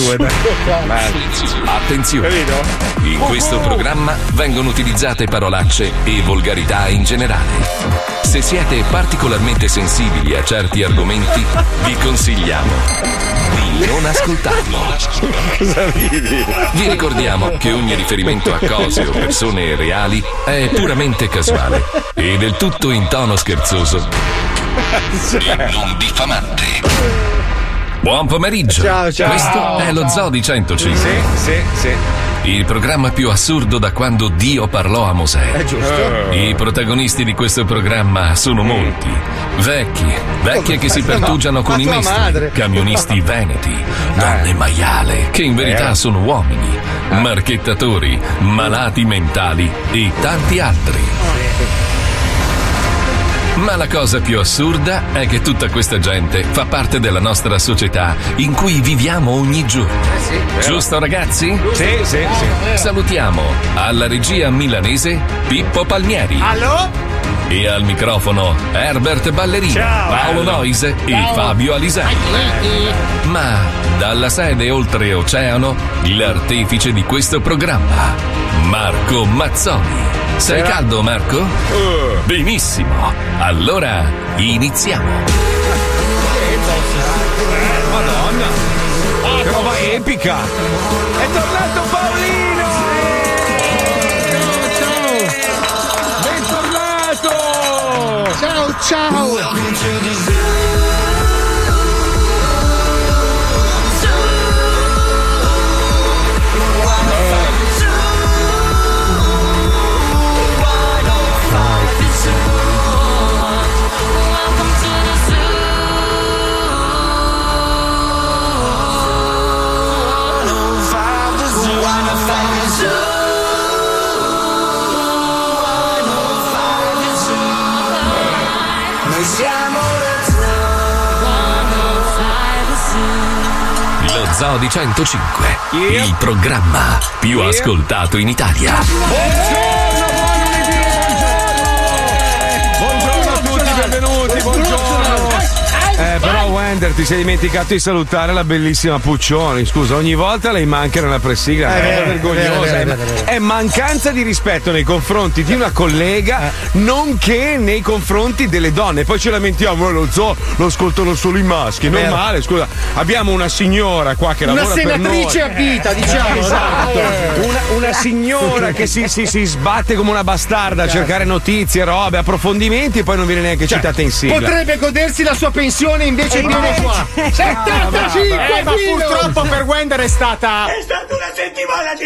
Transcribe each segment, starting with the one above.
due. Attenzione, in questo programma vengono utilizzate parolacce e volgarità in generale. Se siete particolarmente sensibili a certi argomenti, vi consigliamo di non ascoltarlo. Cosa ridi? Vi ricordiamo che ogni riferimento a cose o persone reali è puramente casuale e del tutto in tono scherzoso e non diffamante. Buon pomeriggio. Ciao. Questo è lo Zoo di 105. Sì. Il programma più assurdo da quando Dio parlò a Mosè. È giusto. I protagonisti di questo programma sono molti. Vecchie che si pertugiano con i mestri, camionisti veneti, donne maiale, che in verità sono uomini, marchettatori, malati mentali e tanti altri. Ma la cosa più assurda è che tutta questa gente fa parte della nostra società in cui viviamo ogni giorno. Giusto ragazzi? Sì. Salutiamo alla regia milanese Pippo Palmieri. Allo? E al microfono Herbert Ballerini, Paolo Noise e Fabio Alisei. Ma dalla sede oltreoceano, l'artefice di questo programma, Marco Mazzoni. Sei caldo, Marco? Benissimo. Allora, iniziamo. Madonna. Che roba epica. È tornato Paolino. Ciao. Bentornato. Ciao. Lo Zoo di 105, il programma più ascoltato in Italia. Buongiorno a tutti, benvenuti, buongiorno. Però Wender, ti sei dimenticato di salutare la bellissima Puccioni. Scusa, ogni volta lei manca nella pressigla, è vergognosa. È mancanza di rispetto nei confronti di una collega, nonché nei confronti delle donne. Poi ci lamentiamo, lo zoo lo ascoltano solo i maschi. Normale, scusa. Abbiamo una signora qua che lavora per noi. Una senatrice a vita, diciamo. Esatto. Una signora che si sbatte come una bastarda a cercare notizie, robe, approfondimenti e poi non viene neanche citata in sigla. Potrebbe godersi la sua pensione, invece viene qua. 75 ma purtroppo per Wender è stata una settimana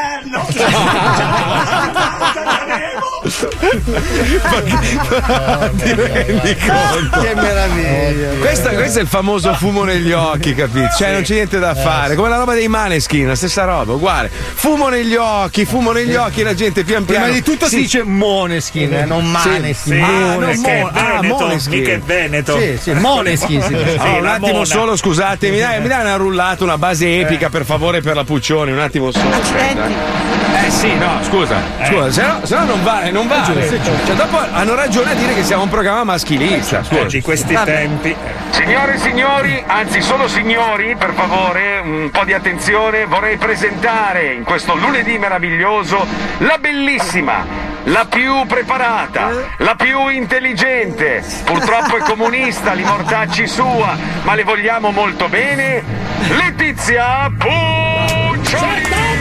d'inferno. Ti rendi conto? Che meraviglia. Questo è il famoso fumo negli occhi, capito? Cioè non c'è niente da fare. Come la roba dei Maneskin, la stessa roba, uguale. Fumo negli occhi, la gente pian piano. Prima di tutto si dice Moneskin, non Maneskin. Moneskin. Mica è Veneto. Sì, Moneskin si dice. Un attimo solo, scusatemi, mi dai una rullata, una base epica per favore per la Puccioni, un attimo solo. Sì, no, scusa, se no non vale. Cioè, dopo hanno ragione a dire che siamo un programma maschilista. Oggi questi tempi. Signore e signori, anzi solo signori, per favore, un po' di attenzione, vorrei presentare in questo lunedì meraviglioso la bellissima, la più preparata, la più intelligente, purtroppo è comunista, li mortacci sua, ma le vogliamo molto bene, Letizia Puccioni!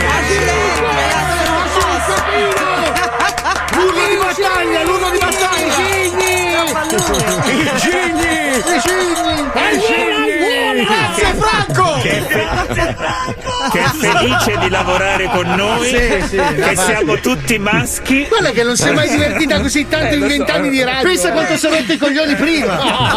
L'uno di battaglia! I Gigni! Grazie Franco! Che è felice di lavorare con noi, che siamo tutti maschi. Quella che non si è mai divertita così tanto in 20 anni di radio. Pensa quanto si è rotto i coglioni prima.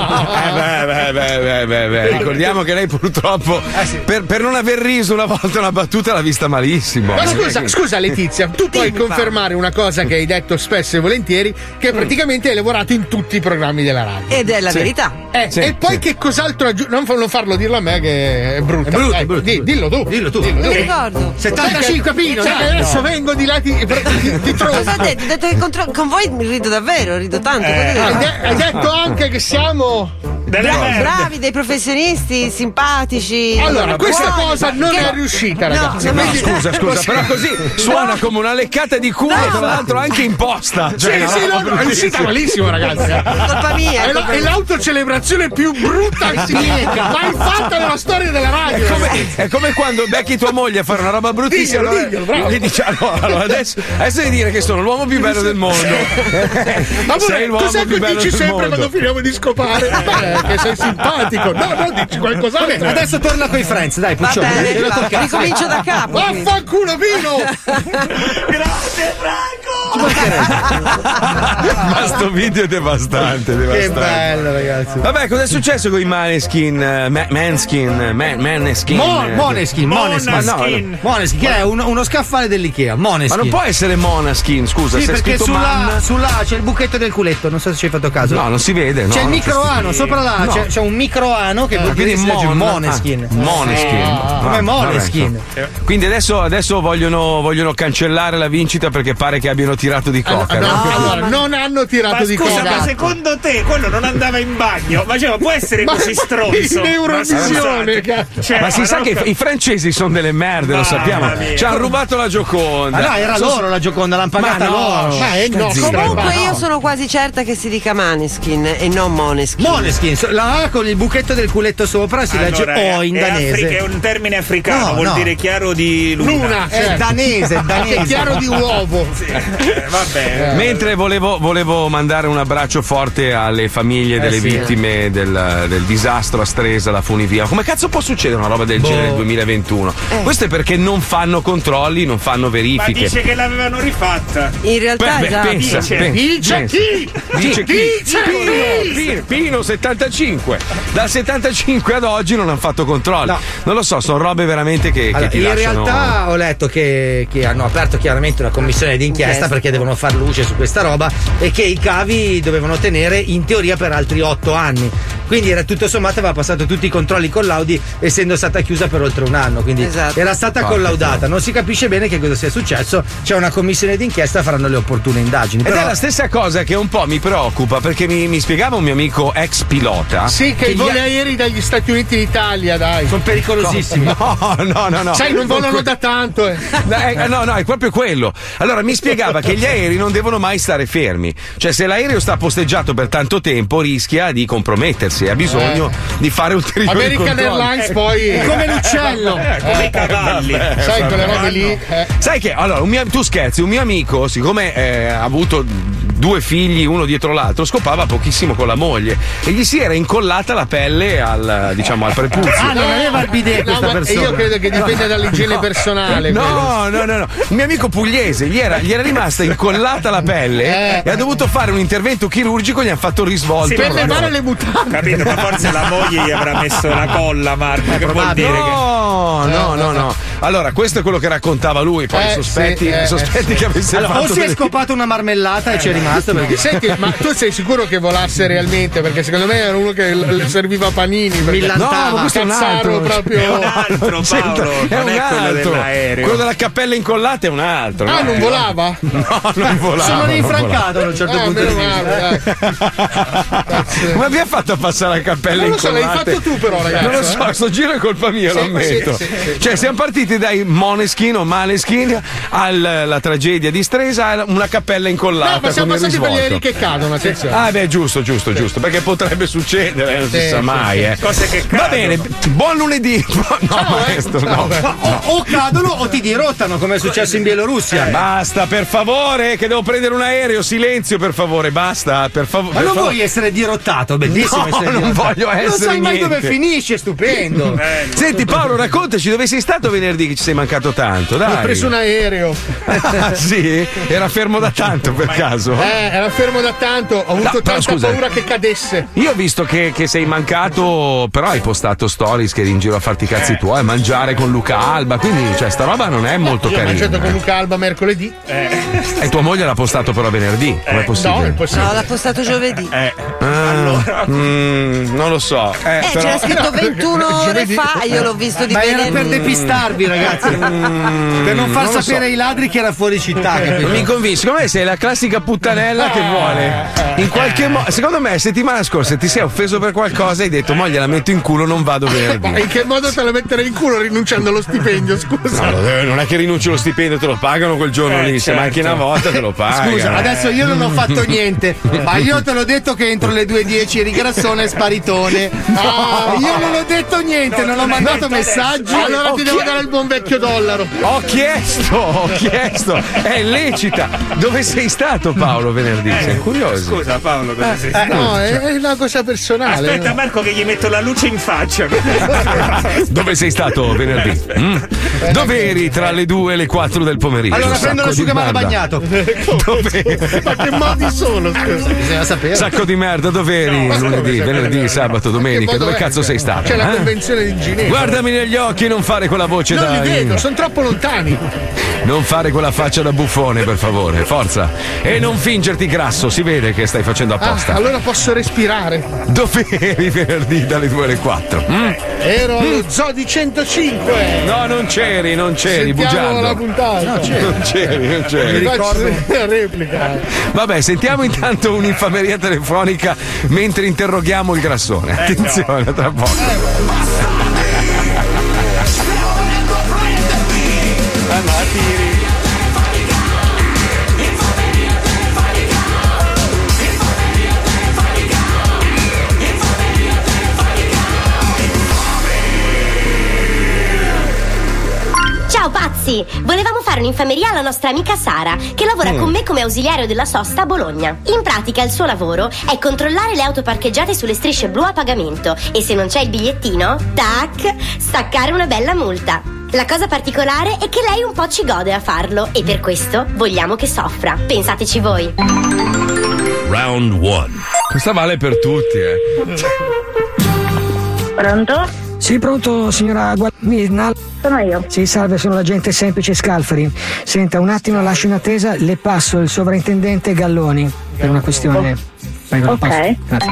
Ricordiamo che lei purtroppo per non aver riso una volta una battuta l'ha vista malissimo. Ma scusa Letizia, tu puoi confermare una cosa che hai detto spesso e volentieri, che praticamente hai lavorato in tutti i programmi della radio. Ed è la verità. E poi che cos'altro non farlo dirlo a me che è brutto. Dillo tu. Non mi ricordo. 75 Pino, adesso vengo di là ti trovo. Cosa ha detto? Ha detto che con voi rido davvero, rido tanto. Hai detto anche che siamo bravi, dei professionisti simpatici. Allora, questa buoni, cosa non è riuscita, ragazzi. No, scusa, però così suona come una leccata di culo, tra l'altro anche imposta. Sì, è uscita malissimo, ragazzi. Colpa mia. È l'autocelebrazione più brutta mai fatta nella storia della radio. È come quando becchi tua moglie a fare una roba bruttissima. Diglielo, gli dici allora adesso devi dire che sono l'uomo più bello del mondo. Sei l'uomo più bello dici sempre mondo. Quando finiamo di scopare che sei simpatico. No, dici qualcos'altro. Vabbè, adesso torna coi Friends, dai, Puccioni. Ricomincio da capo. Vaffanculo, Pino. Grazie, Franco. Ma sto video è devastante. Che bello, ragazzi. Vabbè, cosa è successo con i Maneskin? Moneskin, che è uno scaffale dell'IKEA. Moneskin. Ma non può essere Monaskin, scusa. Sì, se perché è scritto sulla c'è il buchetto del culetto, non so se ci hai fatto caso. No, non si vede. C'è il microano, sopra là c'è un microano che vuol dire che si legge Moneskin. Moneskin. Come Moneskin. Quindi adesso vogliono cancellare la vincita perché pare che abbiano tirato di coca. Allora, non hanno tirato di coca. Ma secondo te quello non andava in bagno? Ma può essere così stronzo? In Eurovisione, ma si sa che i francesi sono delle merde, lo sappiamo. Ci hanno rubato la Gioconda. Ma no, era loro la Gioconda, l'hanno pagata loro. Ma è nostra. Comunque io sono quasi certa che si dica Maneskin e non Moneskin. Moneskin, la A con il buchetto del culetto sopra si legge O in danese. È un termine africano, vuol dire chiaro di luna. È danese. È chiaro di uovo. Vabbè. Mentre volevo mandare un abbraccio forte alle famiglie delle vittime del disastro a Stresa, la funivia. Come cazzo può succedere una roba del genere nel 2021? Questo è perché non fanno controlli, non fanno verifiche. Ma dice che l'avevano rifatta. In realtà pensa. Dice chi? Pino 75. Dal 75 ad oggi non hanno fatto controlli. No. Non lo so, sono robe veramente che ti lasciano. In realtà ho letto che hanno aperto chiaramente una commissione d'inchiesta perché devono far luce su questa roba e che i cavi dovevano tenere in teoria per altri 8 anni. Quindi era tutto sommato, aveva passato tutti i controlli collaudi essendo stata chiusa per oltre un anno, quindi era stata collaudata. Non si capisce bene che cosa sia successo. C'è una commissione d'inchiesta, faranno le opportune indagini. Ed è la stessa cosa che un po' mi preoccupa, perché mi spiegava un mio amico ex pilota. Sì, che i voli aerei dagli Stati Uniti in Italia, dai, sono pericolosissimi. No. Sai, non volano da tanto. No, è proprio quello. Allora mi spiegava che gli aerei non devono mai stare fermi. Cioè, se l'aereo sta posteggiato per tanto tempo, rischia di compromettersi. Ha bisogno di fare ulteriori American controlli. Airlines poi come l'uccello, come i cavalli. Sai, quelle robe lì. Sai che allora tu scherzi, un mio amico, siccome ha avuto 2 figli uno dietro l'altro, scopava pochissimo con la moglie e gli si era incollata la pelle al prepuzio. Non aveva il bidet questa persona. Io credo che dipenda dall'igiene personale. No. Un mio amico pugliese gli era rimasta incollata la pelle e ha dovuto fare un intervento chirurgico, gli hanno fatto il risvolto. Per levare le mutande. Capito? Ma forse la moglie gli avrà messo la colla, Marco. Che vuol dire no. Allora, questo è quello che raccontava lui. Poi sospetti che avesse fatto. O si è scopato una marmellata e ci è rimasto. Perché... Senti, ma tu sei sicuro che volasse realmente? Perché secondo me era uno che serviva panini. No, ma questo è un altro. Proprio... È un altro, Paolo. Non è quello dell'aereo. Quello della cappella incollata è un altro. Ah, non volava? No, non volava. Sono rinfrancato a un certo punto di vista. Come abbiamo fatto a passare la cappella incollata? Non lo so, l'hai fatto tu però, ragazzi. Non lo so, sto giro è colpa mia, lo ammetto. Cioè, siamo partiti dai Moneskin o Maleskin alla tragedia di Stresa, una cappella incollata. No, ma siamo passati per gli aerei che cadono, attenzione. Giusto, perché potrebbe succedere, non si sa mai. Cose che cadono. Va bene, buon lunedì. No. O cadono o ti dirottano, come è successo in Bielorussia. Basta, per favore, che devo prendere un aereo. Silenzio, per favore, basta. Ma non vuoi essere dirottato? Bellissimo. No, non voglio essere. Non sai mai niente. dove finisce, stupendo. Senti, Paolo, raccontaci dove sei stato venerdì che ci sei mancato tanto. Dai. Ho preso un aereo. Sì? Era fermo da tanto per caso? Era fermo da tanto. Ho avuto tanta paura che cadesse. Io ho visto che sei mancato, però hai postato stories che eri in giro a farti i cazzi tuoi, a mangiare con Luca Alba. Quindi, sta roba non è molto carina. Ho mangiato con Luca Alba mercoledì. E tua moglie l'ha postato però venerdì. Com'è possibile? No, è possibile. No, l'ha postato giovedì. Allora. Non lo so. Però... c'era scritto 21 ore fa, io l'ho visto di Ma venerdì. era per depistarvi, ragazzi. Per non far sapere ai ladri che era fuori città. Non mi convinci, secondo me sei la classica puttanella che vuole In qualche modo, secondo me, settimana scorsa ti sei offeso per qualcosa e hai detto, mo gliela metto in culo, non vado venerdì. Ma in che modo te la metterei in culo rinunciando allo stipendio, scusa? No, non è che rinunci allo stipendio, te lo pagano quel giorno lì, se manchi una volta te lo pagano. Scusa, adesso io non ho fatto niente, ma io te l'ho detto che entro le 2:10 eri grassone e sparitone. Io non ho detto niente, non ho mandato messaggi. Allora ti devo dare il buon vecchio dollaro. Ho chiesto, è illecita. Dove sei stato, Paolo, venerdì? Sei curioso? Scusa Paolo, dove sei stato? No, è una cosa personale. Aspetta Marco che gli metto la luce in faccia. Dove sei stato venerdì? Dove eri tra le 2 e le 4 del pomeriggio? Allora prendo l'asciugamano bagnato. Ma che modi sono? Scusa. Bisogna sapere. Sacco di merda, dove eri lunedì, venerdì, sabato, domenica? Dove cazzo sei stato? C'è la convenzione di Ginevra. Guardami negli occhi e non fare quella voce Non da. li vedo, sono troppo lontani. Non fare quella faccia da buffone, per favore, forza. E non fingerti grasso, si vede che stai facendo apposta. Allora posso respirare. Dove eri venerdì dalle 2 alle 4? Ero allo Zoo di 105. No, non c'eri, Sentiamo bugiardo. la puntata. Non c'eri. Mi faccio una replica. Vabbè, sentiamo intanto un'infameria telefonica mentre interroghiamo il grassone. Attenzione, tra poco. Ciao pazzi! Volevamo fare un'infameria alla nostra amica Sara, che lavora con me come ausiliario della sosta a Bologna. In pratica il suo lavoro è controllare le auto parcheggiate sulle strisce blu a pagamento e se non c'è il bigliettino, tac, staccare una bella multa. La cosa particolare è che lei un po' ci gode a farlo e per questo vogliamo che soffra. Pensateci voi. Round 1. Questa vale per tutti, Pronto? Sì, pronto, signora Gualmirna? Sono io. Sì, salve, sono l'agente semplice Scalfari. Senta, un attimo, lascio in attesa, le passo il sovrintendente Galloni per una questione. Prego, ok. Grazie.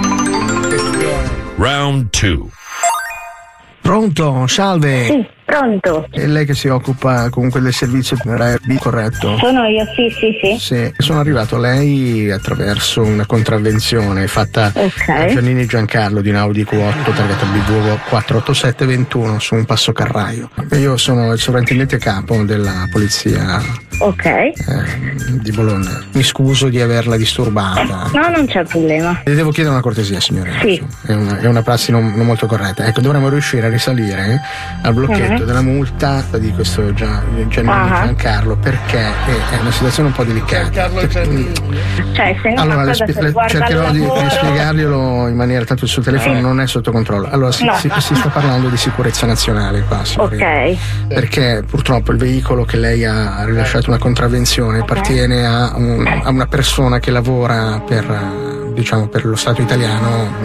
Round 2. Pronto, salve. Sì, pronto. È lei che si occupa comunque del servizio RB, corretto? Sono io, sì. Sì, sono arrivato a lei attraverso una contravvenzione fatta a Giannini Giancarlo di un Audi Q8 targata BV 48721 su un passo Carraio. Io sono il sovrintendente capo della polizia di Bologna. Mi scuso di averla disturbata. No, non c'è problema. Le devo chiedere una cortesia, signore. Sì. È una prassi non molto corretta. Ecco, dovremmo riuscire a risalire al blocchetto della multa di questo Giannini Giancarlo, perché è una situazione un po' delicata. Cioè, se allora cercherò di spiegarglielo in maniera, tanto il suo telefono non è sotto controllo. Allora si sta parlando di sicurezza nazionale qua, signorina. Perché purtroppo il veicolo che lei ha rilasciato una contravvenzione appartiene a una persona che lavora per lo Stato italiano.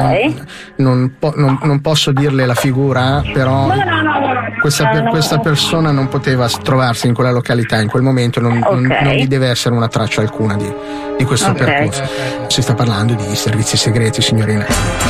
Non posso dirle la figura, però questa persona non poteva trovarsi in quella località in quel momento, non gli deve essere una traccia alcuna di questo percorso. Si sta parlando di servizi segreti, signorina.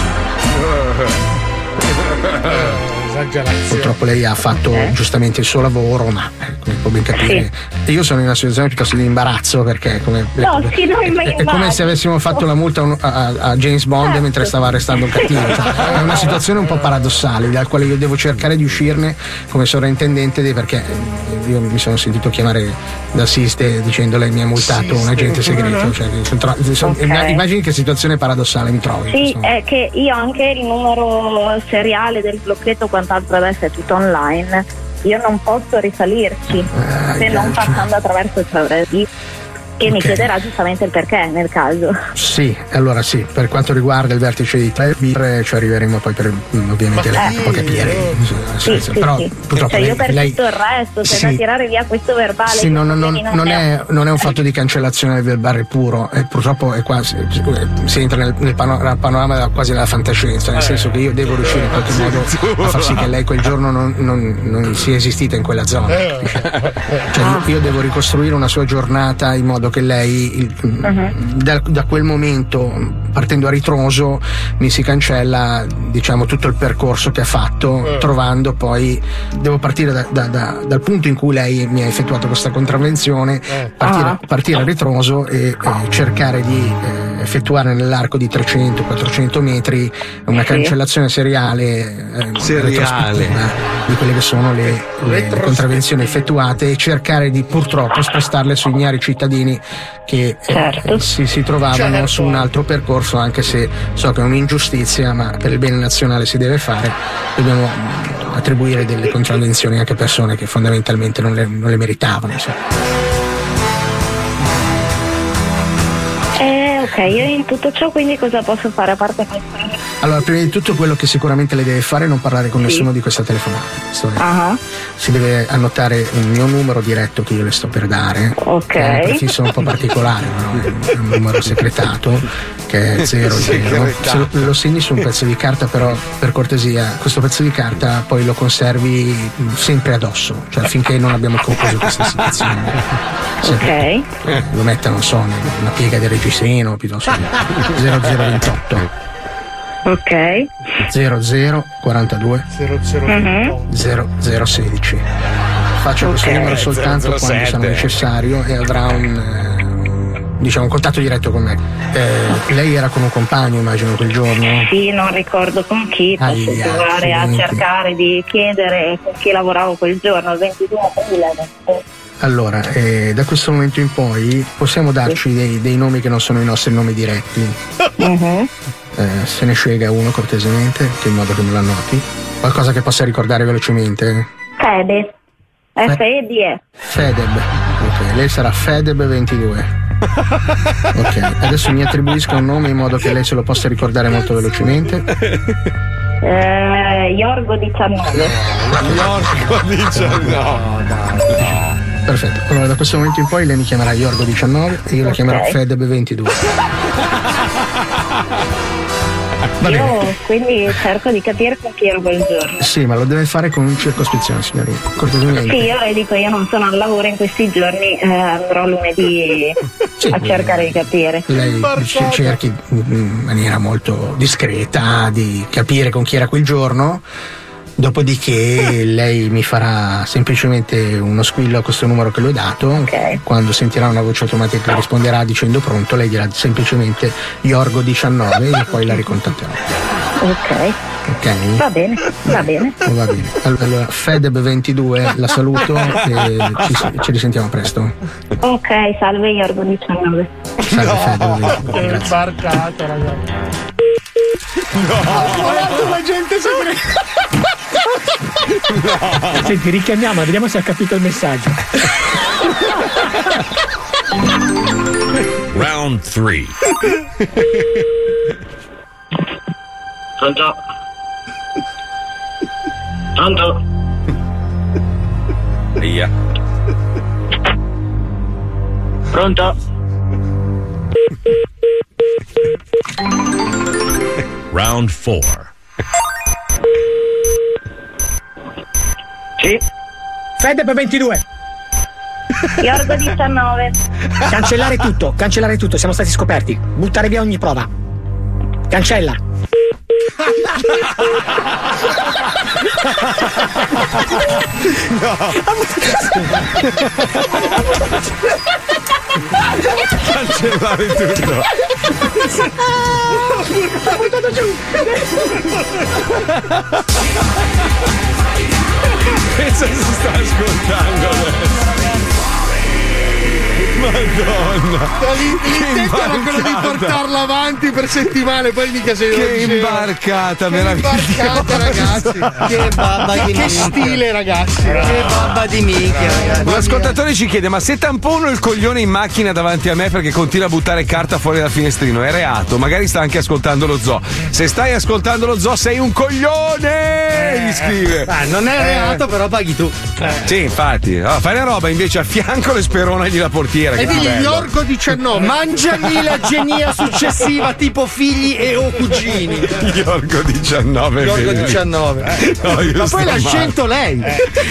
Purtroppo lei ha fatto giustamente il suo lavoro, ma come può ben capire io sono in una situazione piuttosto di imbarazzo, perché è come se avessimo fatto la multa a James Bond mentre stava arrestando un cattivo. È una situazione un po' paradossale dal quale io devo cercare di uscirne come sovrintendente, perché io mi sono sentito chiamare da Siste dicendo lei mi ha multato un agente segreto. Immagini che situazione paradossale mi trovo. È che io anche il numero seriale del blocchetto, quant'altro adesso è tutto online, io non posso risalirci se non passando attraverso il RB, che mi chiederà giustamente il perché nel caso. Sì, allora per quanto riguarda il vertice di 3 ci arriveremo poi ovviamente lei può capire. Però purtroppo io per tutto il resto, se da tirare via questo verbale. Non è un fatto di cancellazione del verbale puro, purtroppo è quasi si entra nel panorama quasi della fantascienza, nel senso che io devo riuscire in qualche modo a far sì che lei quel giorno non sia esistita in quella zona. Io devo ricostruire una sua giornata in modo che lei da quel momento, partendo a ritroso, mi si cancella, diciamo, tutto il percorso che ha fatto, trovando poi, devo partire dal punto in cui lei mi ha effettuato questa contravvenzione, partire a ritroso e cercare di effettuare nell'arco di 300-400 metri una cancellazione seriale di quelle che sono le contravvenzioni effettuate, e cercare di purtroppo spostarle sui ignari cittadini che si trovavano su un altro percorso, anche se so che è un'ingiustizia, ma per il bene nazionale si deve fare. Dobbiamo attribuire delle contravvenzioni anche a persone che fondamentalmente non le meritavano. Ok, io in tutto ciò quindi cosa posso fare a parte pensare? Allora, prima di tutto quello che sicuramente le deve fare è non parlare con nessuno di questa telefonata. Si deve annotare il mio numero diretto che io le sto per dare. Ok. È un prefisso un po' particolare, no? È un numero segretato che è 00. Se lo segni su un pezzo di carta, però per cortesia, questo pezzo di carta poi lo conservi sempre addosso, cioè finché non abbiamo concluso questa situazione. Ok. Lo metta, non so, nella piega del reggiseno, piuttosto che 0028. Ok. 0042 0016. Faccio questo numero soltanto quando sarà necessario e avrà un contatto diretto con me. Lei era con un compagno, immagino, quel giorno? Sì, non ricordo con chi, posso provare a cercare di chiedere con chi lavoravo quel giorno, il 22 aprile. Allora, da questo momento in poi possiamo darci dei nomi che non sono i nostri nomi diretti. Se ne scega uno cortesemente, in modo che me lo annoti. Qualcosa che possa ricordare velocemente? Fede. Fedeb. Ok, lei sarà Fedeb22. Ok, adesso mi attribuisca un nome in modo che lei se lo possa ricordare molto velocemente. Yorgo 19. Yorgo 19. Perfetto, allora da questo momento in poi lei mi chiamerà Yorgo 19 e io la chiamerò Fedeb 22. Io quindi cerco di capire con chi ero quel giorno. Sì, ma lo deve fare con circospezione, signorina. Cortesemente. Sì, io le dico, io non sono al lavoro in questi giorni, andrò lunedì a cercare di capire. Lei cerchi in maniera molto discreta di capire con chi era quel giorno. Dopodiché lei mi farà semplicemente uno squillo a questo numero che le ho dato. Quando sentirà una voce automatica che risponderà dicendo pronto, lei dirà semplicemente Yorgo 19 e poi la ricontatterò. Ok. Va bene. Va bene. Allora, Fedeb 22, la saluto e ci risentiamo presto. Ok, salve Yorgo 19. Salve Fedeb 22. Che barcata, ragazzi. La gente No. Senti, richiamiamo, vediamo se ha capito il messaggio. Round 3. Pronto? Pronto? Via. Pronto? Round 4. Sì. Fedeb 22. Yorgo 19. Cancellare tutto, siamo stati scoperti. Buttare via ogni prova. Cancella. Cancellare tutto. Ha buttato giù. Pensa si sta ascoltando adesso. Madonna, l'intento era quello di portarla avanti per settimane, poi mica sei che imbarcata, meravigliosa. Imbarcata, ragazzi. Che babba di che stile, ragazzi. Che babba di minchia, ragazzi. Un ascoltatore ci chiede: ma se tampono il coglione in macchina davanti a me perché continua a buttare carta fuori dal finestrino, è reato? Magari sta anche ascoltando lo zoo. Se stai ascoltando lo zoo sei un coglione! Gli scrive. Non è reato, però paghi tu. Sì, infatti. Fai la roba invece a fianco le speronagli la portiera. E digli Yorgo 19. Mangiagli la genia successiva, tipo figli e o cugini. Yorgo 19. Yorgo 19. Ma poi l'ha scelto lei.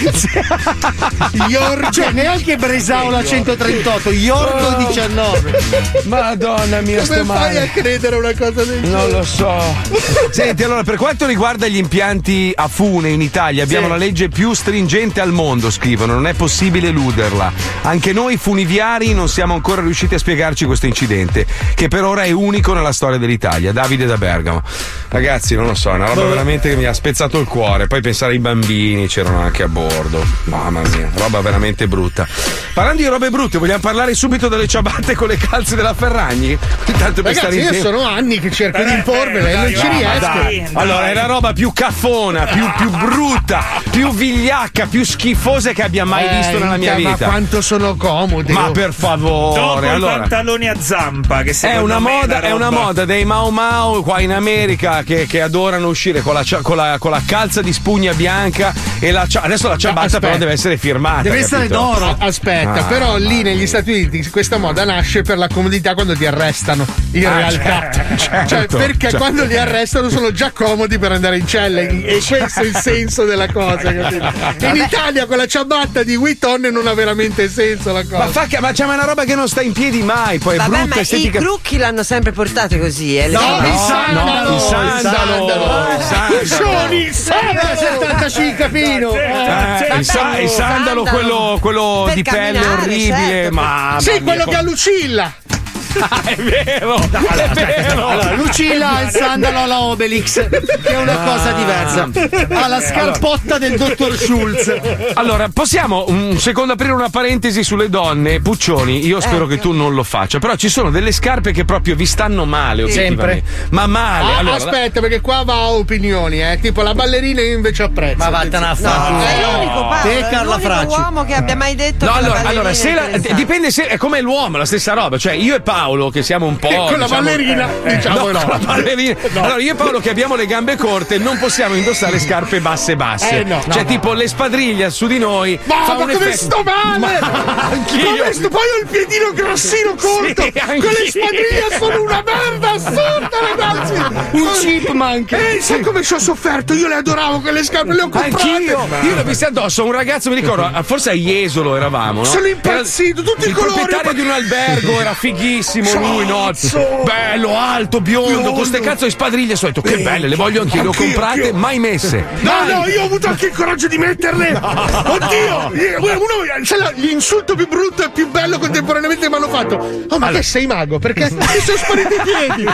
Cioè, neanche Bresaola 138, Yorgo 19. Madonna mia, come fai a credere una cosa del genere? Non lo so. Senti, allora, per quanto riguarda gli impianti a fune in Italia, abbiamo la legge più stringente al mondo, scrivono, non è possibile eluderla. Anche noi funiviari non siamo ancora riusciti a spiegarci questo incidente, che per ora è unico nella storia dell'Italia. Davide da Bergamo. Ragazzi, non lo so, è una roba veramente che mi ha spezzato il cuore. Poi pensare ai bambini, c'erano anche a bordo. Mamma mia, roba veramente brutta. Parlando di robe brutte, vogliamo parlare subito delle ciabatte con le calze della Ferragni? Tanto per ragazzi, io sono anni che cerco di imporvele e non ci riesco. Allora, è la roba più caffona, più brutta, più vigliacca, più schifosa che abbia mai visto nella mia vita. Ma quanto sono comode. Ma per favore. Dopo allora, i pantaloni a zampa, che è una moda dei Mau Mau qua in America che adorano uscire con la calza di spugna bianca e adesso la ciabatta però deve essere firmata. Deve essere d'oro. Aspetta, però lì negli Stati Uniti questa moda nasce per la comodità quando ti arrestano. In realtà, perché quando li arrestano sono già comodi per andare in cella. E questo è il senso della cosa. Capito? In Italia con la ciabatta di Vuitton non ha veramente senso la cosa. Ma c'è una roba che non sta in piedi mai. Poi è brutta, ma estetica. I crocchi l'hanno sempre portate così. Il sandalo. Il sandalo 75 pino. Il sandalo, quello di pelle orribile. Ma sì, quello che ha Lucilla. È vero, è vero. Allora, Lucilla ha il sandalo alla Obelix, che è una cosa diversa. Ha la scarpotta del dottor Schulz. Allora, possiamo un secondo aprire una parentesi sulle donne? Puccioni, io spero che tu non lo faccia, però ci sono delle scarpe che proprio vi stanno male, sempre. Ma male. Allora, aspetta, perché qua va a opinioni, tipo la ballerina io invece apprezzo. Ma vattene a fare. È l'unico Paolo, te, Carla Fracci, uomo che abbia mai detto. No, allora dipende se è come l'uomo, la stessa roba, cioè io e Paolo che siamo un po' con la ballerina, diciamo no. Con la ballerina. No. Allora io e Paolo che abbiamo le gambe corte non possiamo indossare scarpe basse. Tipo le spadriglie su di noi. Ma come sto male? Anch'io. Poi ho il piedino grossino corto. Sì, quelle spadriglie sono una merda assurda, ragazzi. Un chipmunk. Sai come ci ho sofferto? Io le adoravo quelle scarpe, le ho comprate. Anch'io le ho viste addosso. Un ragazzo, mi ricordo, forse a Jesolo eravamo, no? Sono impazzito, tutti i colori. Il proprietario di un albergo era fighissimo lui, no? Bello, alto, biondo, con queste cazzo di spadriglie. Ho detto che belle, le voglio anch'io, le ho comprate, mai messe. No, io ho avuto anche il coraggio di metterle. Oddio, l'insulto più brutto e più bello contemporaneamente mi hanno fatto. Oh, ma che sei mago? Perché mi sono spariti i piedi.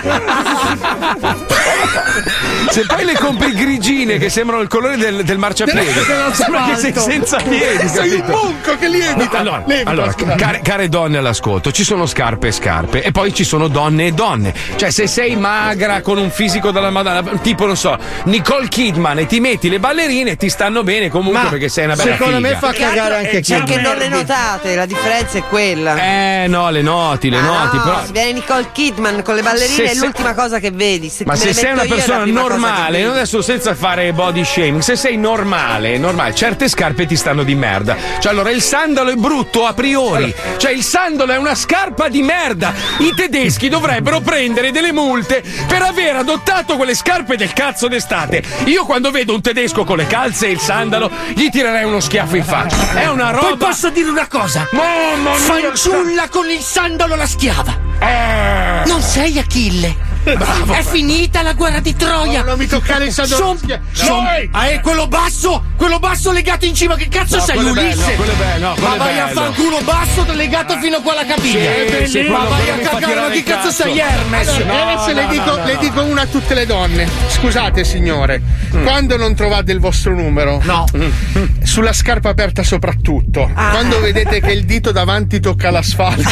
Se poi le compri grigine che sembrano il colore del marciapiede, sembra che sei senza piedi. Sei un monco che lievita. Allora, care donne all'ascolto, ci sono scarpe e scarpe e poi ci sono donne e donne. Cioè, se sei magra con un fisico della Madonna, tipo non so, Nicole Kidman, e ti metti le ballerine, ti stanno bene comunque perché sei una bella secondo figa. Me fa cagare anche Kidman. Perché non le notate, la differenza è quella. No, le noti, però. Se viene Nicole Kidman con le ballerine è l'ultima cosa che vedi. Ma se sei una persona normale, adesso senza fare body shaming, se sei normale, certe scarpe ti stanno di merda. Cioè, allora il sandalo è brutto a priori. Cioè, il sandalo è una scarpa di merda. I tedeschi dovrebbero prendere delle multe per aver adottato quelle scarpe del cazzo d'estate. Io quando vedo un tedesco con le calze e il sandalo gli tirerei uno schiaffo in faccia. È una roba. Poi posso dire una cosa? Fanciulla con il sandalo la schiava. Non sei Achille. Bravo. È finita la guerra di Troia. Non mi toccare il sandalo. Quello basso legato in cima. Che cazzo sei, Ulisse? Ma vai a fanculo basso legato fino qua alla caviglia. Ma vai a cagare, ma che cazzo sei, Hermes? Adesso le dico una a tutte le donne. Scusate signore, quando non trovate il vostro numero, sulla scarpa aperta soprattutto, quando vedete che il dito davanti tocca l'asfalto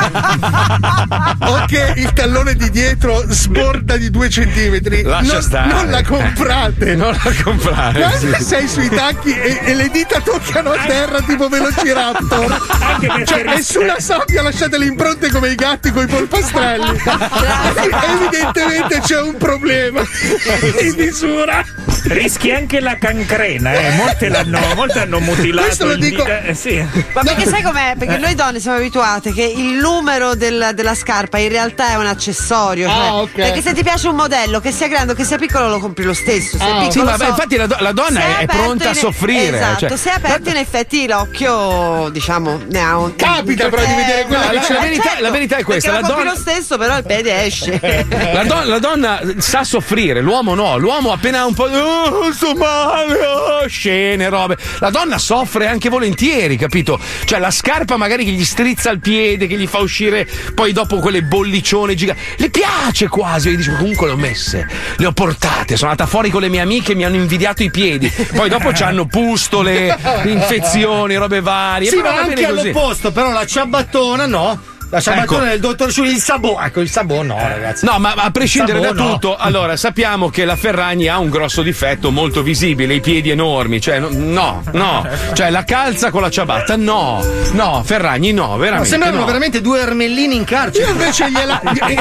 o che il tallone di dietro sborda di 2 centimetri, non la comprate. Non la comprare. Quando sei sui tacchi e le dita toccano a terra tipo Velociraptor, e sulla sabbia lasciate le impronte come i gatti coi polpastrelli, evidentemente c'è un problema di misura. rischi anche la cancrena, molte hanno mutilato. Questo lo dico. Sì. Ma perché sai com'è? Perché noi donne siamo abituate che il numero della scarpa in realtà è un accessorio. Okay. Perché se ti piace un modello, che sia grande o che sia piccolo, lo compri lo stesso. Se è piccolo, sì, ma infatti la donna è pronta a soffrire. Esatto, se è aperto in effetti l'occhio, diciamo, ne ha un. Capita però di vedere quella che c'è. La verità è questa: la compri lo stesso, però il piede esce. La donna sa soffrire, l'uomo no. L'uomo appena ha un po' sto male, scene, robe. La donna soffre anche volentieri, capito? Cioè la scarpa magari che gli strizza il piede, che gli fa uscire poi dopo quelle bolliccione giganti. Le piace quasi, e dice comunque le ho messe, le ho portate, sono andata fuori con le mie amiche, mi hanno invidiato i piedi. Poi dopo c'hanno pustole, infezioni, robe varie. Sì, ma anche all'opposto, però la ciabattona no. La ciabattona del dottor Sciulli, il Sabò. Ecco, il Sabò no, ragazzi. No, ma a prescindere da tutto, no. Allora sappiamo che la Ferragni ha un grosso difetto molto visibile, i piedi enormi. Cioè, no. Cioè, la calza con la ciabatta, no. No, Ferragni, no, veramente. Ma sembrano veramente due ermellini in carcere. Io invece gliela. Che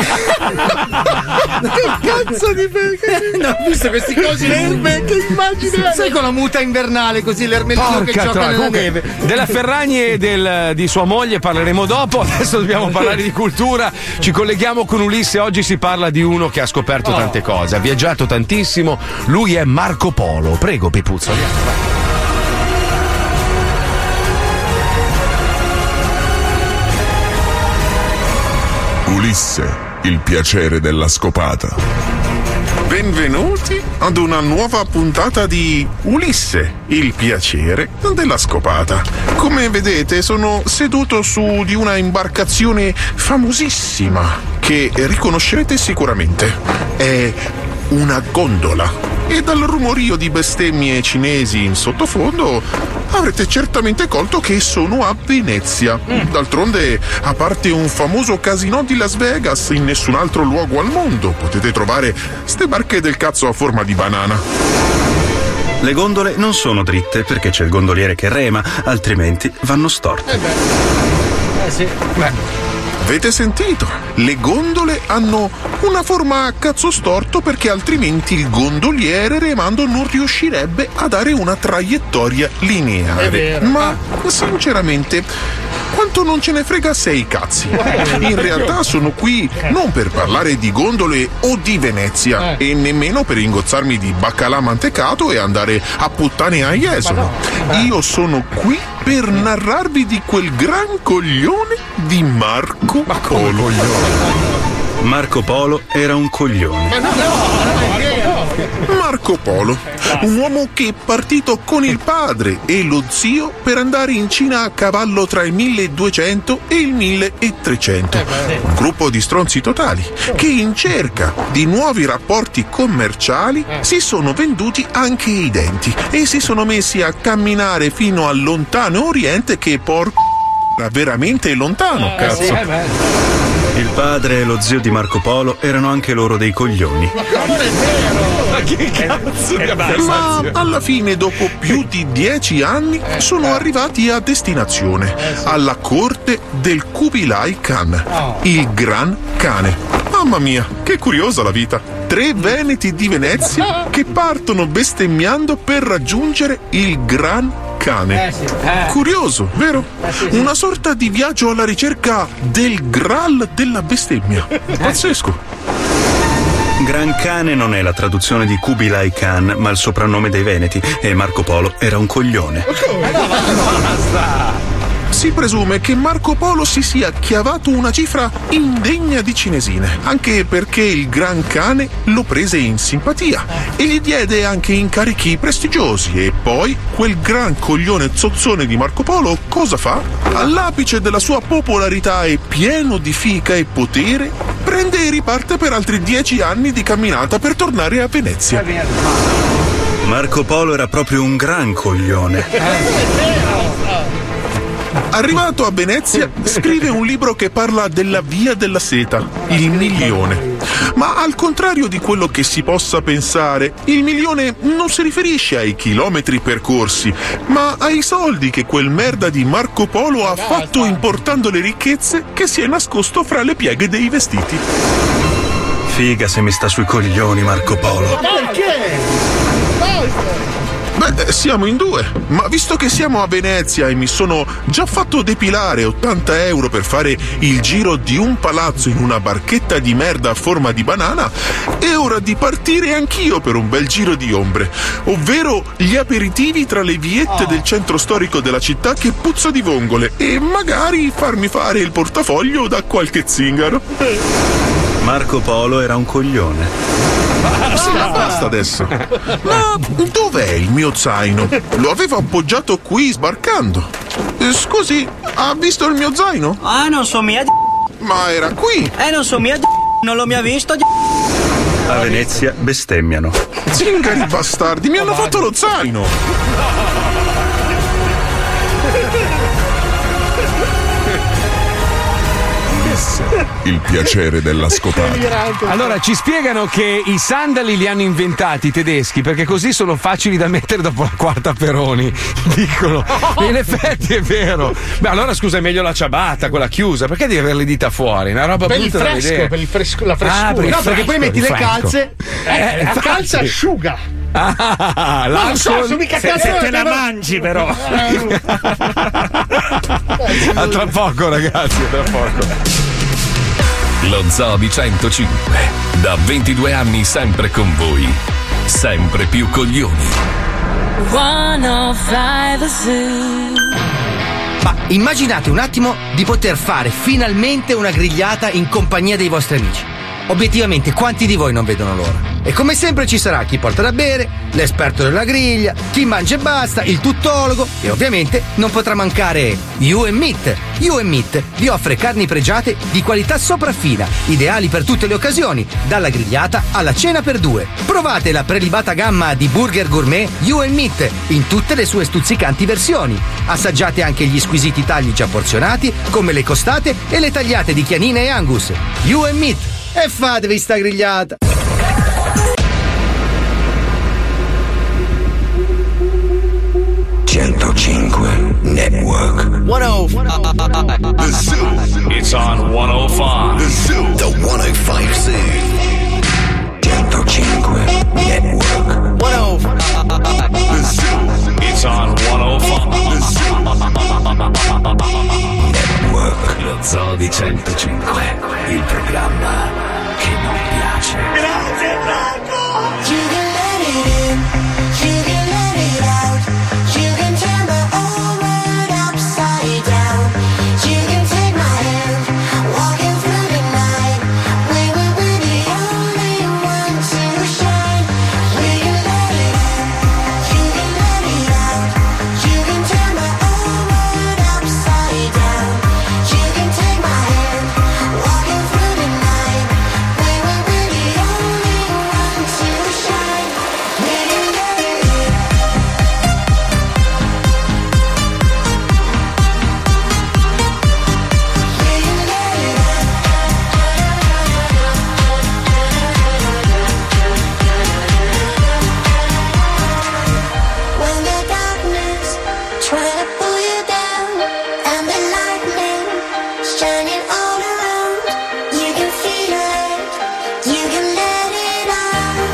cazzo di no, ho visto questi cosi. Che immagine. Sai con la muta invernale, così l'ermellino che gioca nella neve. Della Ferragni e di sua moglie parleremo dopo. Adesso dobbiamo parlare di cultura, ci colleghiamo con Ulisse. Oggi si parla di uno che ha scoperto tante cose, ha viaggiato tantissimo. Lui è Marco Polo. Prego, Pipuzzo, andiamo. Ulisse, il piacere della scopata. Benvenuti ad una nuova puntata di Ulisse, il piacere della scopata. Come vedete sono seduto su di una imbarcazione famosissima che riconoscerete sicuramente. È una gondola. E dal rumorio di bestemmie cinesi in sottofondo avrete certamente colto che sono a Venezia. D'altronde, a parte un famoso casino di Las Vegas, in nessun altro luogo al mondo potete trovare ste barche del cazzo a forma di banana. Le gondole non sono dritte perché c'è il gondoliere che rema, altrimenti vanno storte. Sì. Avete sentito? Le gondole hanno una forma a cazzo storto perché altrimenti il gondoliere remando non riuscirebbe a dare una traiettoria lineare. È vero. Ma sinceramente, quanto non ce ne frega sei cazzi. In realtà sono qui non per parlare di gondole o di Venezia e nemmeno per ingozzarmi di baccalà mantecato e andare a puttane a Jesolo. Io sono qui per narrarvi di quel gran coglione di Marco Polo. Marco Polo era un coglione. Marco Polo, un uomo che è partito con il padre e lo zio per andare in Cina a cavallo tra il 1200 e il 1300. Un gruppo di stronzi totali che in cerca di nuovi rapporti commerciali si sono venduti anche i denti e si sono messi a camminare fino al lontano Oriente che era veramente lontano, cazzo. Il padre e lo zio di Marco Polo erano anche loro dei coglioni. Ma che cazzo di Ma alla fine, dopo più di 10 anni, sono arrivati a destinazione, alla corte del Kubilai Khan, il Gran Cane. Mamma mia, che curiosa la vita! 3 veneti di Venezia che partono bestemmiando per raggiungere il Gran Cane. Curioso, vero? Una sorta di viaggio alla ricerca del Graal della bestemmia. Pazzesco. Gran Cane non è la traduzione di Kubilai Khan, ma il soprannome dei Veneti, e Marco Polo era un coglione. Si presume che Marco Polo si sia chiavato una cifra indegna di cinesine, anche perché il Gran Cane lo prese in simpatia e gli diede anche incarichi prestigiosi. E poi quel gran coglione zozzone di Marco Polo cosa fa? All'apice della sua popolarità e pieno di fica e potere, prende e riparte per altri 10 anni di camminata per tornare a Venezia. Marco Polo era proprio un gran coglione. Arrivato a Venezia, scrive un libro che parla della via della seta, il milione. Ma al contrario di quello che si possa pensare, il milione non si riferisce ai chilometri percorsi, ma ai soldi che quel merda di Marco Polo ha fatto importando le ricchezze che si è nascosto fra le pieghe dei vestiti. Figa se mi sta sui coglioni Marco Polo. Perché? Beh, siamo in due, ma visto che siamo a Venezia e mi sono già fatto depilare 80 euro per fare il giro di un palazzo in una barchetta di merda a forma di banana, è ora di partire anch'io per un bel giro di ombre, ovvero gli aperitivi tra le viette del centro storico della città che puzza di vongole e magari farmi fare il portafoglio da qualche zingaro. Marco Polo era un coglione. Basta adesso. Ma dov'è il mio zaino? Lo avevo appoggiato qui sbarcando. Scusi, ha visto il mio zaino? Ah, non so mia Ma era qui. non so mia non lo mi ha visto A Venezia bestemmiano. Zingari bastardi, mi hanno fatto lo zaino. Il piacere della scopata. Allora ci spiegano che i sandali li hanno inventati i tedeschi perché così sono facili da mettere dopo la quarta Peroni, dicono. E in effetti è vero. Beh, allora scusa, è meglio la ciabatta, quella chiusa, perché devi avere le dita fuori? Una roba per brutta il da fresco, vedere. per il fresco, la frescura. No, perché poi metti le calze. La calza asciuga. Ah, non lo so, sono mica cazzo. Se te la mangi, però. A tra poco, ragazzi, a tra poco. Lo Zoo di 105, da 22 anni sempre con voi, sempre più coglioni. 105 Zoo. Ma immaginate un attimo di poter fare finalmente una grigliata in compagnia dei vostri amici. Obiettivamente, quanti di voi non vedono l'ora? E come sempre ci sarà chi porta da bere, l'esperto della griglia, chi mangia e basta, il tuttologo e ovviamente non potrà mancare You & Meat. You & Meat vi offre carni pregiate di qualità sopraffina, ideali per tutte le occasioni, dalla grigliata alla cena per due. Provate la prelibata gamma di burger gourmet You & Meat in tutte le sue stuzzicanti versioni. Assaggiate anche gli squisiti tagli già porzionati, come le costate e le tagliate di chianina e angus. You & Meat. E fatevi sta grigliata! Network. 105. The Zoo. It's on 105. The Zoo. The 105 Zoo. 105 Network. 105. The Zoo. It's on 105. The Zoo. Network. Lo Zoo di 105. Il programma che non piace. Grazie Franco. You can let it in, you can let it out, you can turn my whole world upside down. You can take my hand, walking through the night. We will be the only one to shine. We can let it in, you can let it out, you can turn my whole world upside down. You can take my hand, walking through the night. We will be the only one to shine. We can let it in. When the darkness trying to pull you down and the lightning shining all around, you can feel it, you can let it out.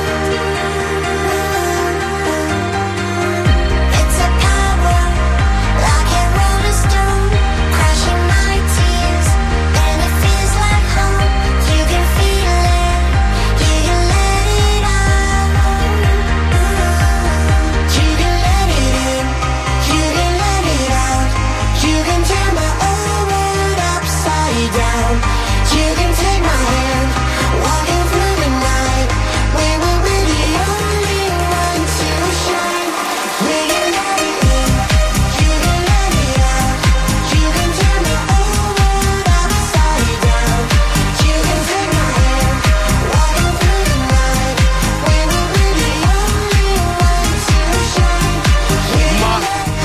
It's a power like a rolling stone, crushing my tears, and it feels like home. You can feel it, you can let it out. You can let it in, you can let it out. You can turn my whole world upside down. You can take my hand, walking through the night. We will be the only one to shine. We can let it in, you can let it out. You can turn my whole world upside down. You can take my hand, walking through the night. We will be the only one to shine. We can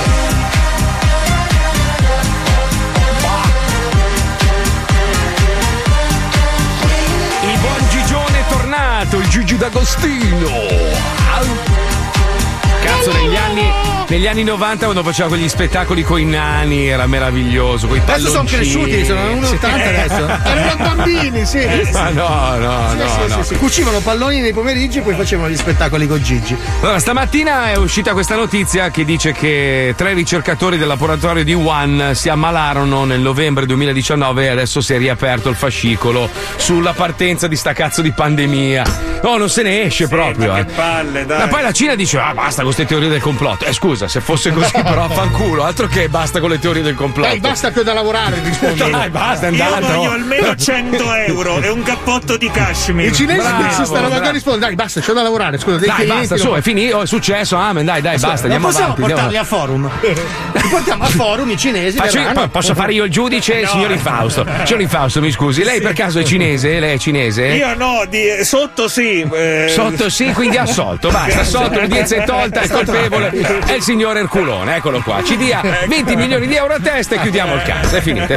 Il buon Gigione è tornato, il Gigi D'Agostino. Cazzo, negli negli anni 90 quando faceva quegli spettacoli con i nani era meraviglioso, coi palloncini. Adesso sono cresciuti, sono 1,80 adesso. Erano bambini, sì. Ma no. Sì. Cucivano palloni nei pomeriggi e poi facevano gli spettacoli con Gigi. Allora, stamattina è uscita questa notizia che dice che 3 ricercatori del laboratorio di Wuhan si ammalarono nel novembre 2019 e adesso si è riaperto il fascicolo sulla partenza di sta cazzo di pandemia. No, non se ne esce proprio. Che palle, dai. Ma poi la Cina dice: basta con queste teorie del complotto. Scusa, se fosse così, però fanculo, altro che basta con le teorie del complotto. Dai, basta che ho da lavorare, rispondo. Dai, basta, è Io andato. voglio almeno 100 euro e un cappotto di cashmere. I cinesi su sta roba qua rispondono: dai, basta, c'ho da lavorare. Scusa, dai, basta, su, è finito, è successo. Amen, dai, basta, andiamo possiamo avanti. portarli a forum. Li portiamo a forum, i cinesi. Posso fare io il giudice, No. signor Infausto? Signor Infausto, mi scusi, lei per caso è cinese? Lei è cinese? Io no, sotto sì. Sotto sì, quindi assolto, basta, assolto, l'udienza è tolta, il colpevole è il signor Erculone, eccolo qua, ci dia 20 milioni di euro a testa e chiudiamo il caso, è finita.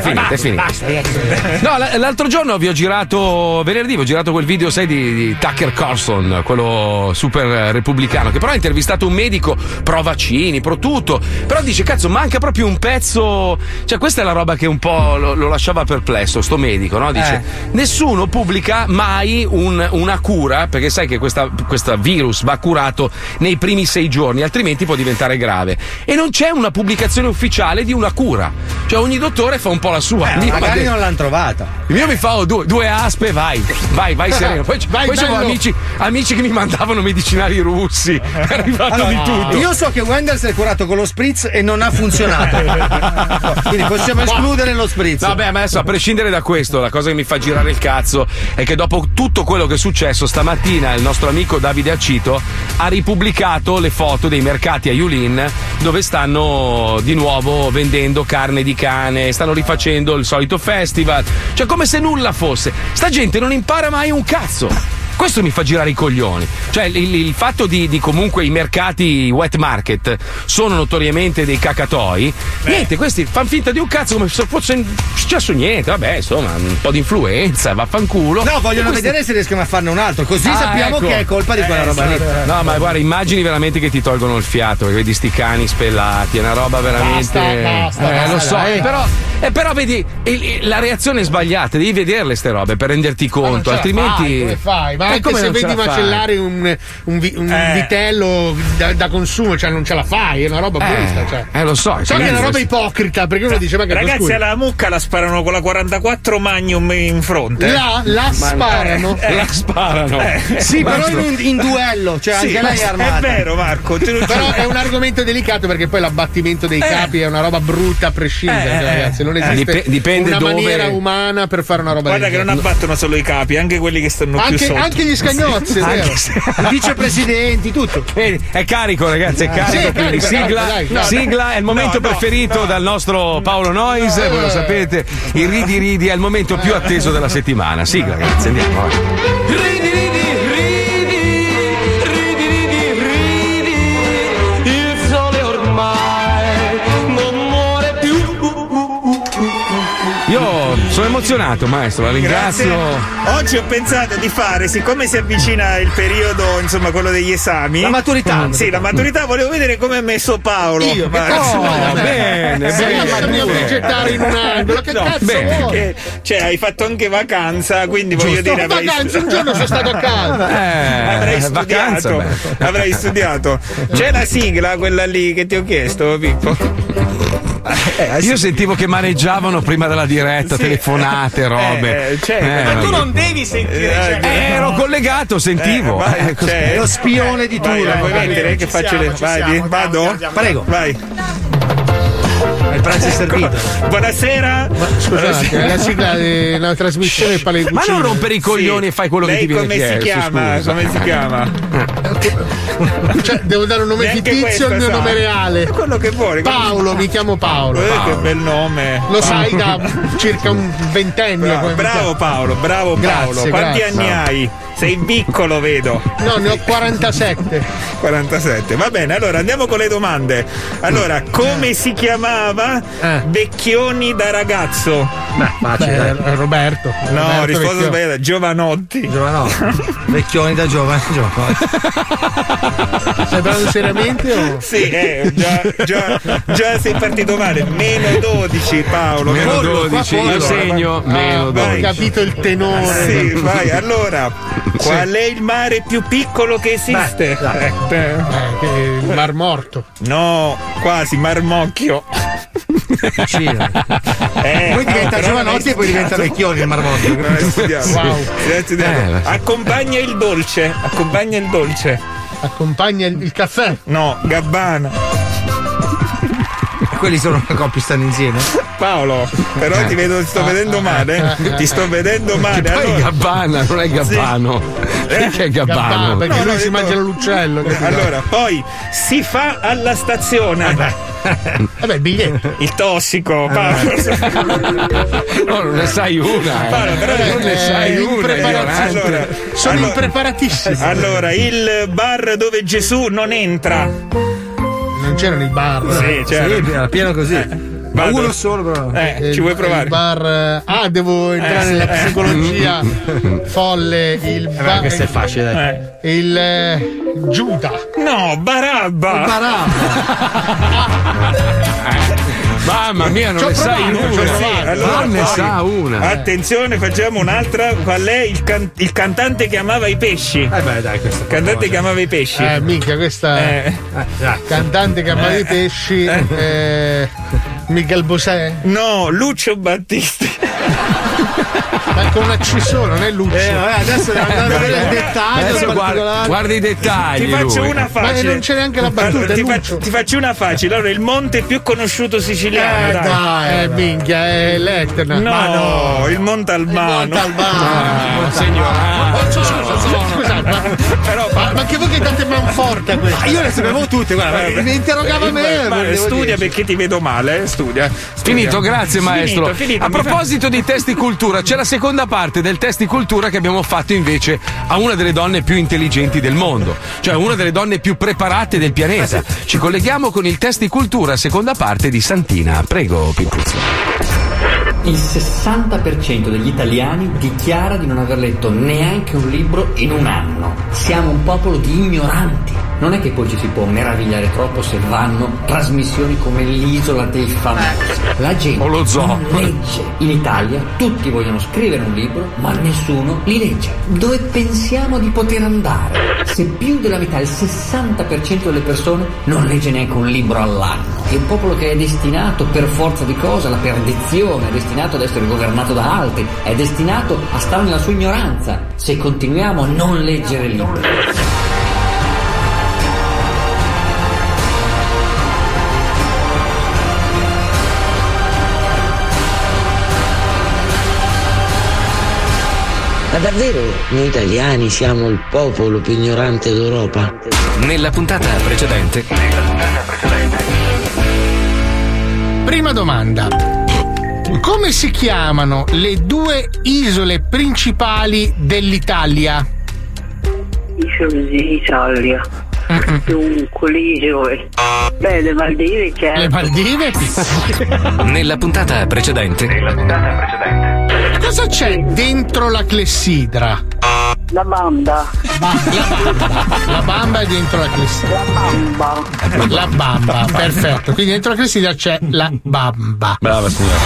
No, l'altro giorno vi ho girato, venerdì vi ho girato quel video, sai, di Tucker Carlson, quello super repubblicano, che però ha intervistato un medico pro vaccini, pro tutto, però dice, cazzo, manca proprio un pezzo, cioè questa è la roba che un po' lo lasciava perplesso, sto medico, no? Dice, nessuno pubblica mai una cura, perché sai che questa virus va curato nei primi 6 giorni, altrimenti può diventare grave. E non c'è una pubblicazione ufficiale di una cura. Cioè ogni dottore fa un po' la sua. Magari non l'hanno trovata. Il mio mi fa due aspe, vai sereno. Poi c'avevo amici che mi mandavano medicinali russi. È arrivato di tutto. Io so che Wendell si è curato con lo spritz e non ha funzionato. Quindi possiamo escludere lo spritz. Vabbè, ma adesso a prescindere da questo, la cosa che mi fa girare il cazzo è che dopo tutto quello che è successo stamattina, il nostro amico Davide Accito ha ripubblicato le foto dei mercati a Yulin dove stanno di nuovo vendendo carne di cane, stanno rifacendo il solito festival, cioè come se nulla fosse. Sta gente non impara mai un cazzo. Questo mi fa girare i coglioni. Cioè il fatto di comunque i mercati wet market sono notoriamente dei cacatoi. Niente, questi fanno finta di un cazzo come se fosse successo niente. Vabbè, insomma, un po' di influenza, vaffanculo. No, vogliono vedere se riescono a farne un altro, così sappiamo che è colpa di quella roba lì. No, ma guarda, immagini veramente che ti tolgono il fiato, perché vedi sti cani spellati, è una roba veramente. Basta, lo so, però vedi, la reazione è sbagliata, devi vederle ste robe per renderti conto, altrimenti. Come fai? Ma anche se vedi macellare un vitello da consumo, cioè non ce la fai, è una roba brutta. Cioè. Lo so. So che è una roba ipocrita, perché uno dice, ma che ragazzi, alla mucca la sparano con la 44 Magnum in fronte. La sparano. La sparano. Sì, però in duello, cioè anche lei è armata. È vero, Marco. Però è un argomento delicato, perché poi l'abbattimento dei capi è una roba brutta a prescindere, ragazzi. Non esiste dipende una dove. maniera umana per fare una roba Guarda che non abbattono solo i capi, anche quelli che stanno più sotto. Anche gli scagnozzi, i vicepresidenti, tutto. È carico, ragazzi, è carico. Sì, quindi carico, sigla è il momento preferito dal nostro Paolo Noyes, voi lo sapete. Il ridi è il momento più atteso della settimana. Sigla, ragazzi, andiamo. Il sole ormai non muore più. Io sono emozionato, maestro, la ringrazio. Grazie. Oggi ho pensato di fare, siccome si avvicina il periodo, insomma, quello degli esami. La maturità. Sì, la maturità, volevo vedere come è messo Paolo. Io, bene. Mi progettare in un angolo, che cazzo vuoi? Perché, cioè, hai fatto anche vacanza, quindi voglio dire, un giorno sono stato a casa. Avrei studiato. C'è la sigla, quella lì che ti ho chiesto, Pippo? Io sentivo che maneggiavano prima della diretta, telefonate, robe. Ma tu non devi sentire. Ero collegato, sentivo. Lo spione di Tura. Vuoi mettere che faccio le. Vado? Prego. Vai. Il pranzo è servito. Buonasera. Scusate, è la sigla della trasmissione Pale Ma non rompere i coglioni e fai quello che ti viene chiesto. Come si chiama? Cioè, devo dare un nome fittizio o il mio nome reale? Quello che vuoi. Paolo, mi chiamo Paolo. Che bel nome. Lo sai da circa un ventennio. Bravo Paolo, bravo Paolo. Grazie, Quanti grazie. anni hai? Sei piccolo, vedo. No, ne ho 47. 47. Va bene, allora andiamo con le domande. Allora, come si chiamava Vecchioni da ragazzo? Facile. Roberto. No, Roberto risposta Vecchioni. sbagliata. Giovanotti. Vecchioni da giovane. Stai parlando seriamente o? Sì, già sei partito male. Meno 12, Paolo. Meno 12. Io segno meno 12. Ho capito il tenore. Sì, vai. Allora, qual è il mare più piccolo che esiste? Il Mar Morto. No, quasi, Marmocchio. Poi diventa Giovanotti e poi diventa Vecchioni il Marmocchio. Wow. Accompagna il dolce. Accompagna il dolce. Accompagna il caffè. No, Gabbana. Quelli sono una coppia, stanno insieme. Paolo, però ti vedo, ti sto vedendo male. Ti sto vedendo male. Che poi allora... è Gabbana, non è Gabbano. Perché è Gabbano? Perché lui si mangia l'uccello. Allora, poi si fa alla stazione. Vabbè, biglietto. Il tossico, Paolo. No, non ne sai una. Paolo, però non ne sai una. Sono impreparatissimo. Allora, il bar dove Gesù non entra. Non c'erano i bar. Sì, c'era. Sì, era pieno così. Ma uno solo, però. Ci vuoi provare? Il bar. Devo entrare nella psicologia folle. Il bar. Questo è facile, dai. Il Giuda. No, Barabba. Mamma mia, non ne sai una. Allora, non ne sa una. Attenzione, facciamo un'altra. Qual è il cantante che amava i pesci? Dai, questo. Il cantante che amava i pesci. Minchia, questa cantante che amava i pesci. Miguel Bosé? No, Lucio Battisti. Ma con una C solo, non è Lucio. Adesso devo andare a vedere il dettaglio. Guarda i dettagli. Ti faccio una facile. Ma non c'è neanche la battuta. Ti faccio una facile. Allora, il monte più conosciuto siciliano. Dai, minchia, è l'Etna. No, il Monte Albano. Scusa, ma che voi che date manforte a questo? Io le sapevo tutte, guarda, mi interrogava me. Studia perché ti vedo male, studia. Finito, grazie maestro. Finito, a proposito di testi cultura, c'è la seconda parte del testi cultura che abbiamo fatto invece a una delle donne più intelligenti del mondo, cioè una delle donne più preparate del pianeta. Ci colleghiamo con il testi cultura, seconda parte di Santina. Prego, Pimpuzzo. Il 60% degli italiani dichiara di non aver letto neanche un libro in un anno. Siamo un popolo di ignoranti. Non è che poi ci si può meravigliare troppo se vanno trasmissioni come l'Isola dei Famosi. La gente non legge. In Italia tutti vogliono scrivere un libro, ma nessuno li legge. Dove pensiamo di poter andare? Se più della metà, il 60% delle persone non legge neanche un libro all'anno. È un popolo che è destinato per forza di cose alla perdizione, è destinato ad essere governato da altri, è destinato a stare nella sua ignoranza se continuiamo a non leggere libri. Ma davvero noi italiani siamo il popolo più ignorante d'Europa? Nella puntata precedente. Prima domanda. Come si chiamano le due isole principali dell'Italia? Isole d'Italia. Dunque, le isole. Beh, le Maldive, certo. Le Maldive? Nella puntata precedente. Cosa c'è dentro la clessidra? La bamba. La bamba è dentro la clessidra. La bamba, perfetto. Quindi dentro la clessidra c'è la bamba. Brava signora.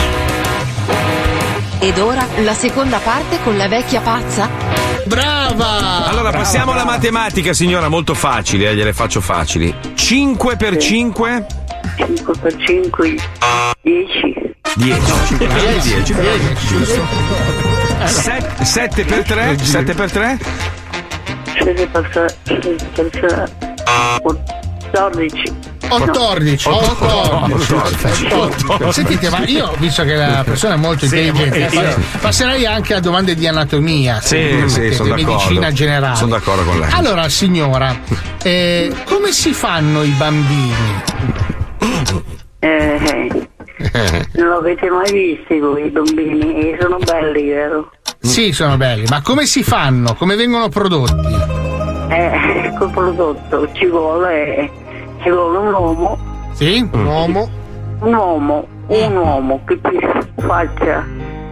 Ed ora la seconda parte con la vecchia pazza? Brava! Allora passiamo alla matematica, signora, molto facile, gliele faccio facili. 5 per 5? 5 per 5, 10. 10. 7 per 3? 7 per 3? 7 per 3. 14. 14. Sentite, ma io, visto che la persona è molto intelligente, passerei anche a domande di anatomia. Sì, sono di medicina generale. Sono d'accordo con lei. Allora, signora, come si fanno i bambini? Non l'avete mai visti voi i bambini? Sono belli, vero? Sì, sono belli, ma come si fanno? Come vengono prodotti? Col prodotto ci vuole un uomo. Sì, un uomo. Un uomo che ti faccia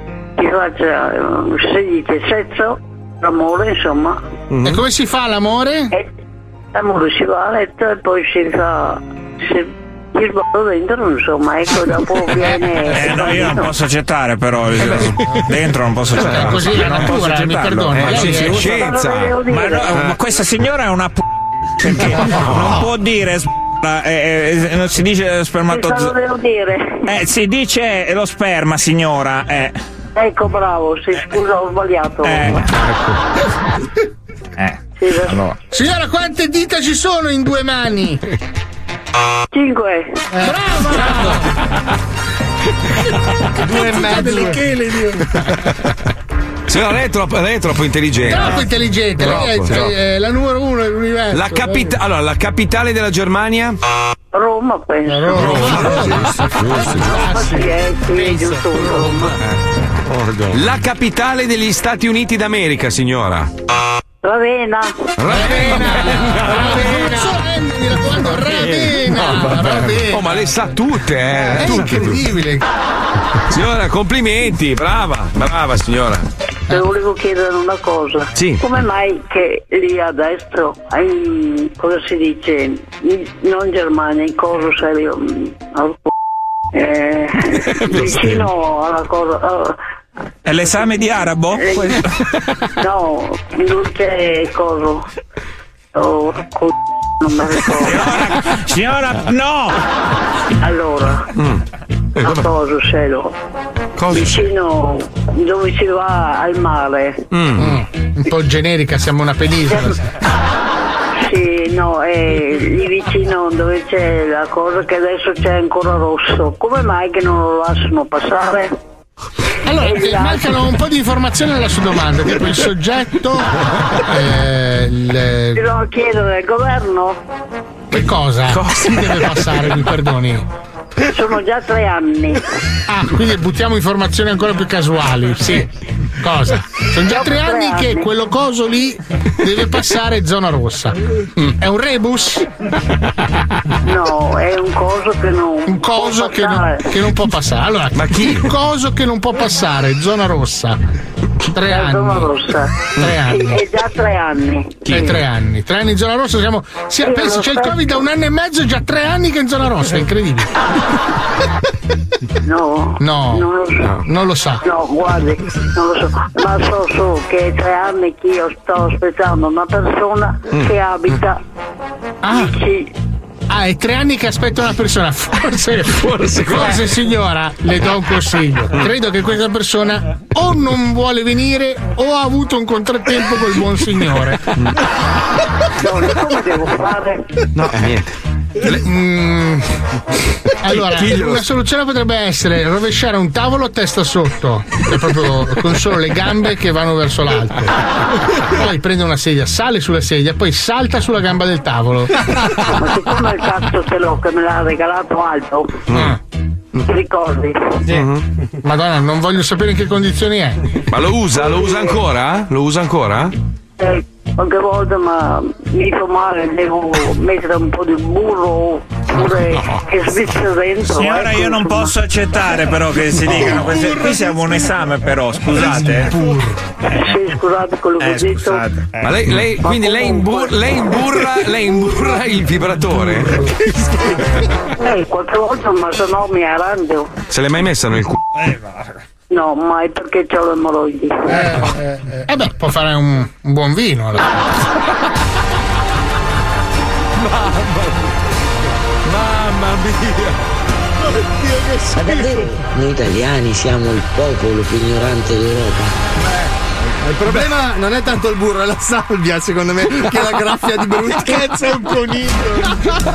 si dice sesso, l'amore, insomma. E come si fa l'amore? L'amore si va a letto e poi si sbotto dentro, insomma, ecco, dopo viene. No, io non posso accettare, però dentro non posso accettare. Così è non posso natura, mi accettarlo. perdoni. Sì, è scienza. Ma no, questa signora è una perché non può dire non si dice spermatozoo. Cosa devo dire? Si dice lo sperma, signora. Ecco, bravo, scusa, ho sbagliato. Allora. Signora, quante dita ci sono in 2 mani? 5. Brava! 2 e mezzo delle chele, Signora, lei è troppo intelligente. Troppo intelligente, è la numero 1 dell'universo. Allora, la capitale della Germania? Roma, penso. Sì, giusto, Roma. La capitale degli Stati Uniti d'America, signora? Ravenna. Oh, ma le sa tutte, È incredibile. Signora, complimenti, brava signora. Te volevo chiedere una cosa. Sì. Come mai che lì a destra, cosa si dice? Non in Germania, in coso serio, vicino alla cosa. È l'esame di arabo? No, non c'è coso. Non mi ricordo. Signora, no! Allora, a coso cielo. Vicino dove si va al mare. Un po' generica, siamo una penisola. Sì, no, è lì vicino dove c'è la cosa che adesso c'è ancora rosso. Come mai che non lo lasciano passare? Allora, mancano un po' di informazioni alla sua domanda, tipo il soggetto. Ti devo chiedere al governo? Che cosa? Si deve passare, mi perdoni? Sono già 3 anni. Ah, quindi buttiamo informazioni ancora più casuali. Sì. Cosa? Sono già 3 anni che quello coso lì deve passare zona rossa. È un rebus? No, è un coso che non. Un coso che non può passare. Allora, ma chi? Un coso che non può passare, zona rossa. 3 anni. Zona rossa. 3 anni. Sì, è già 3 anni. È 3 anni. 3 anni in zona rossa, penso c'è il Covid da 1 anno e mezzo, è già 3 anni che è in zona rossa, è incredibile. No, non lo sa. No, guardi, non lo so, ma so che è 3 anni che io sto aspettando una persona che abita vicino. Ah, è 3 anni che aspetta una persona. Forse signora, le do un consiglio. Credo che questa persona o non vuole venire o ha avuto un contrattempo col buon signore. No, come devo fare? No, niente. Allora, una soluzione potrebbe essere rovesciare un tavolo a testa sotto, cioè proprio con solo le gambe che vanno verso l'alto. Poi prende una sedia, sale sulla sedia, poi salta sulla gamba del tavolo. Ma siccome il cazzo ce l'ho che me l'ha regalato Aldo, ti ricordi? Madonna, non voglio sapere in che condizioni è. Ma lo usa ancora? Lo usa ancora? Qualche volta ma mi fa male, devo mettere un po' di burro oppure che svizza dentro. Signora, io non posso accettare però che si dicano queste. Qui siamo un esame però, scusate. Sì, scusate quello che ho detto. Ma lei quindi lei imburra il vibratore? Qualche volta, ma se no mi arrangio. Se l'hai mai messa nel culo? No, mai, perché c'ho le emorroidi. Beh, può fare un buon vino allora. Mamma mia. Oddio, che noi italiani siamo il popolo più ignorante d'Europa. il problema non è tanto il burro, è la salvia, secondo me, che la graffia di brutto. Cazzo, è un coniglio.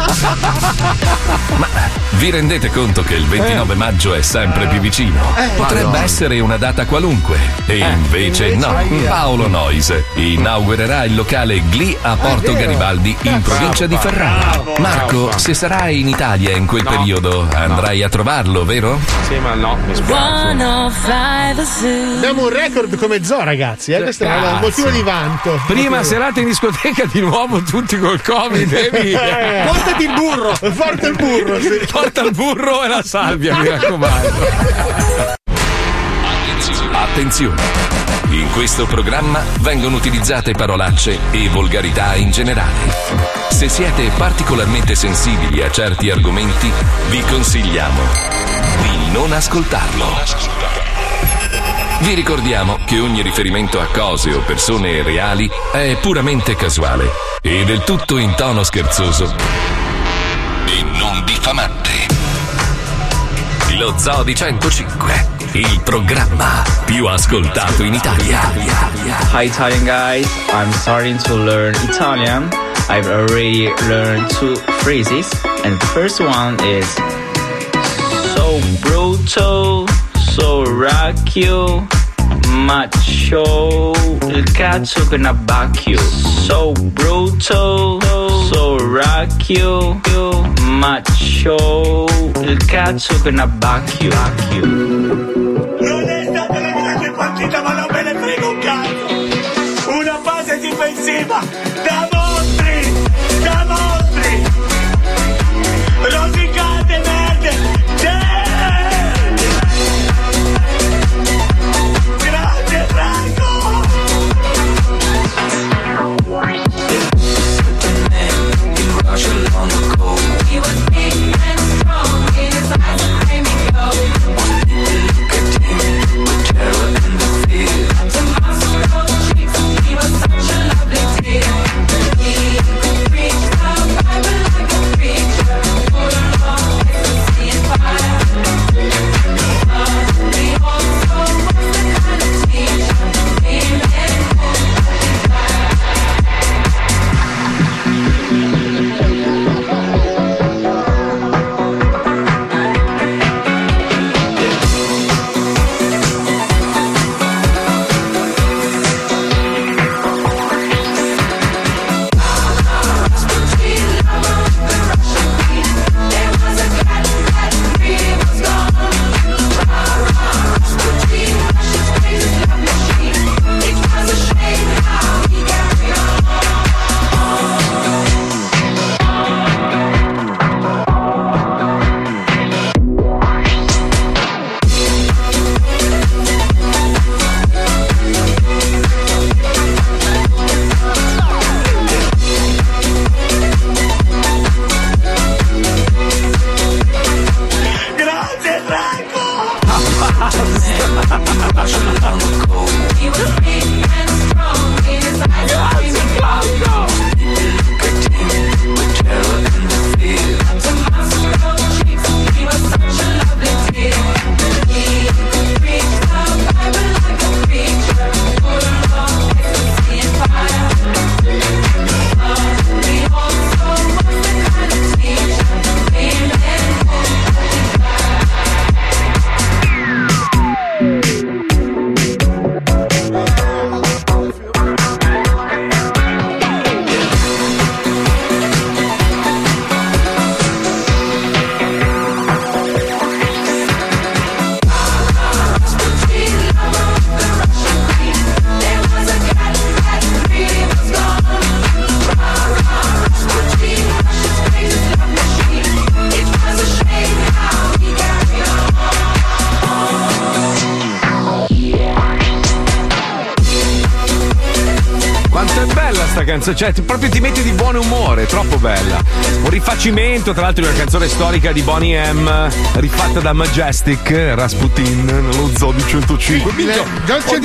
Ma vi rendete conto che il 29 maggio è sempre più vicino? Potrebbe essere una data qualunque. E invece no. Paolo Noyes inaugurerà il locale Glee a Porto Garibaldi in provincia di Ferrara. Marco, se sarai in Italia in quel periodo, andrai a trovarlo, vero? Sì, ma no, mi spiace. Abbiamo un record come Zoo, ragazzi. Questo è un motivo di vanto. Prima serata in discoteca di nuovo, tutti col Covid. Portati il burro, porta il burro. Sì. Porta il burro e la salvia, mi raccomando. Attenzione! In questo programma vengono utilizzate parolacce e volgarità in generale. Se siete particolarmente sensibili a certi argomenti, vi consigliamo di non ascoltarlo. Vi ricordiamo che ogni riferimento a cose o persone reali è puramente casuale e del tutto in tono scherzoso e non diffamante. Lo Zoo di 105, il programma più ascoltato in Italia. Hi Italian guys, I'm starting to learn Italian. I've already learned 2 phrases, and the first one is so brutal, so racchio, macho, il cazzo che ne bacchio. So brutal, so racchio, macho, il cazzo che ne bacchio. Non è stata la grande partita, ma non me ne frega un cazzo. Una fase difensiva da mostri, da mostri. Rosicate merde. Grazie Franco. He was big and strong, in his eyes a flaming gold. Look at him, with terror in the field. The monster of cheeks, he was such a lovely deal. He could preach the Bible like a preacher, full of ecstasy and fire. But he also was the kind of teacher, he made sta canzone, cioè proprio ti mette di buon umore, è troppo bella. Un rifacimento, tra l'altro, di una canzone storica di Boney M, rifatta da Majestic, Rasputin, nello Zoo di 105. Già il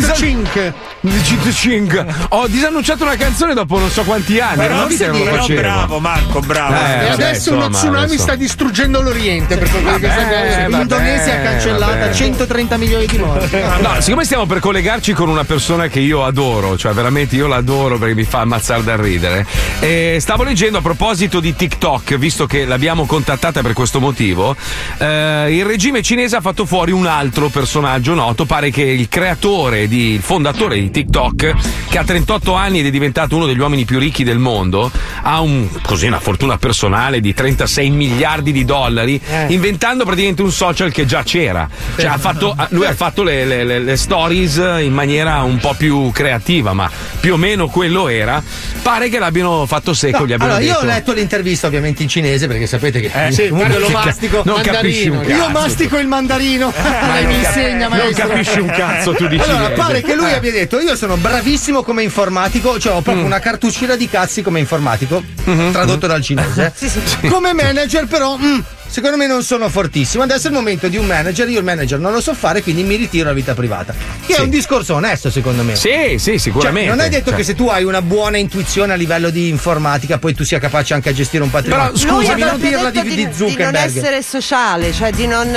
105. Ho disannunciato una canzone dopo non so quanti anni. Però, però bravo Marco, bravo. E adesso uno tsunami sta distruggendo l'Oriente per questa cosa. L'Indonesia ha cancellato 130 milioni di morti. No, siccome stiamo per collegarci con una persona che io adoro, cioè veramente io l'adoro perché mi fa ammazzare da ridere. E stavo leggendo a proposito di TikTok, visto che l'abbiamo contattata per questo motivo, il regime cinese ha fatto fuori un altro personaggio noto. Pare che il fondatore di TikTok, che ha 38 anni ed è diventato uno degli uomini più ricchi del mondo, ha una fortuna personale di 36 miliardi di dollari, inventando praticamente un social che già c'era. Cioè, lui ha fatto le stories in maniera un po' più creativa, ma più o meno quello era. Pare che l'abbiano fatto secco. Gli abbiano detto... Io ho letto l'intervista ovviamente in cinese, perché sapete che comunque lo mastico. Non capisci un cazzo. Io mastico il mandarino. Lei mi insegna, maestro. Non capisci un cazzo, tu dici. Allora, pare che lui abbia detto: io sono bravissimo come informatico, cioè ho proprio una cartuccina di cazzi come informatico, tradotto dal cinese. Come manager, però. Secondo me non sono fortissimo. Adesso è il momento di un manager. Io il manager non lo so fare, quindi mi ritiro alla vita privata. Che è un discorso onesto, secondo me. Sì, sicuramente. Cioè, non è detto che se tu hai una buona intuizione a livello di informatica, poi tu sia capace anche a gestire un patrimonio. Però scusami, non dirla di Zuckerberg. Di non essere sociale, cioè di non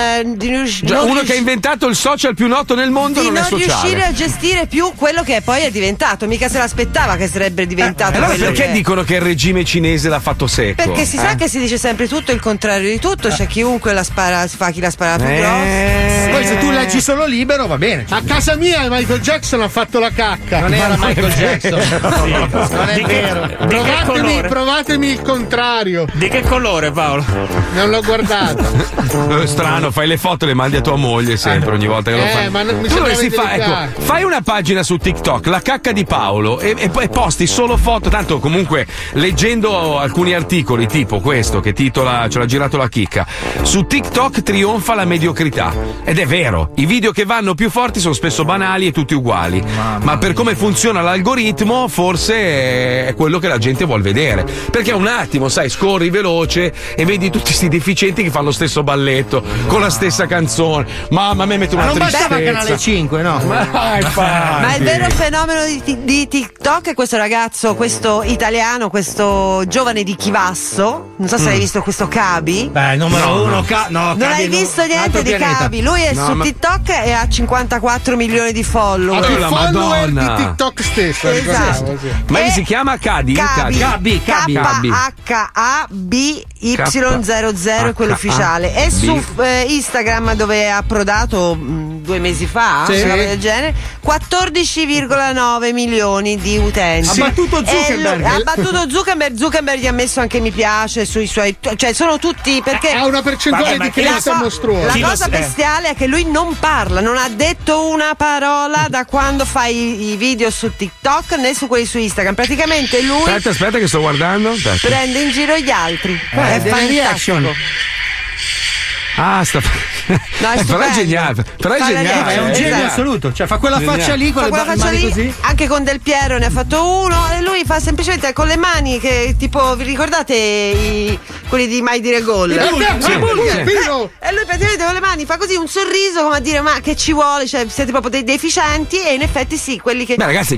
uno che ha inventato il social più noto nel mondo non è sociale. Di non riuscire a gestire più quello che poi è diventato. Mica se l'aspettava che sarebbe diventato. Allora quello perché che dicono che il regime cinese l'ha fatto secco? Perché si sa che si dice sempre tutto il contrario di tutto. C'è chiunque la spara, si fa chi la spara più grossa. Poi se tu leggi solo Libero va bene. A casa mia Michael Jackson ha fatto la cacca. Non era Michael Jackson. Non è vero. Provatemi il contrario. Di che colore, Paolo? Non l'ho guardato. Strano, fai le foto e le mandi a tua moglie sempre ogni volta che lo fai. Ma non mi tu sembra fai una pagina su TikTok, la cacca di Paolo, e poi posti solo foto. Tanto comunque leggendo alcuni articoli tipo questo che titola "Ce l'ha girato la chicca", su TikTok trionfa la mediocrità. Ed è vero, i video che vanno più forti sono spesso banali e tutti uguali. Ma per come funziona l'algoritmo, forse è quello che la gente vuol vedere. Perché un attimo, sai, scorri veloce e vedi tutti questi deficienti che fanno lo stesso balletto, con la stessa canzone. Mamma, a me mette una tristezza. Non bastava Canale 5, no? Ma il vero fenomeno di TikTok è questo ragazzo, questo italiano, questo giovane di Chivasso. Non so se hai visto questo Cabi. Beh, numero uno. Non hai visto niente di Cabi. Lui è su TikTok e ha 54 milioni di follower. Ha più follower di Madonna. TikTok stesso. Esatto. Ma si chiama Cadi? Cabi. KHABY00 è quello ufficiale. E su Instagram, dove è approdato 2 mesi fa, una roba del genere, 14,9 milioni di utenti. Ha battuto Zuckerberg. Zuckerberg gli ha messo anche mi piace sui suoi, cioè sono tutti, perché ha una percentuale di crescita mostruosa. La cosa bestiale è che lui non parla, non ha detto una parola da quando fa i video su TikTok né su quelli su Instagram. Praticamente lui Aspetta che sto guardando. prende in giro gli altri. È fantastico. No, è però è geniale. È un genio assoluto. Cioè fa quella faccia lì con le mani così. Anche con Del Piero ne ha fatto uno e lui fa semplicemente con le mani che tipo, vi ricordate quelli di Mai Dire Gol? Sì. E lui praticamente con le mani fa così un sorriso come a dire ma che ci vuole, cioè siete proprio dei deficienti, e in effetti sì, quelli che... Beh ragazzi,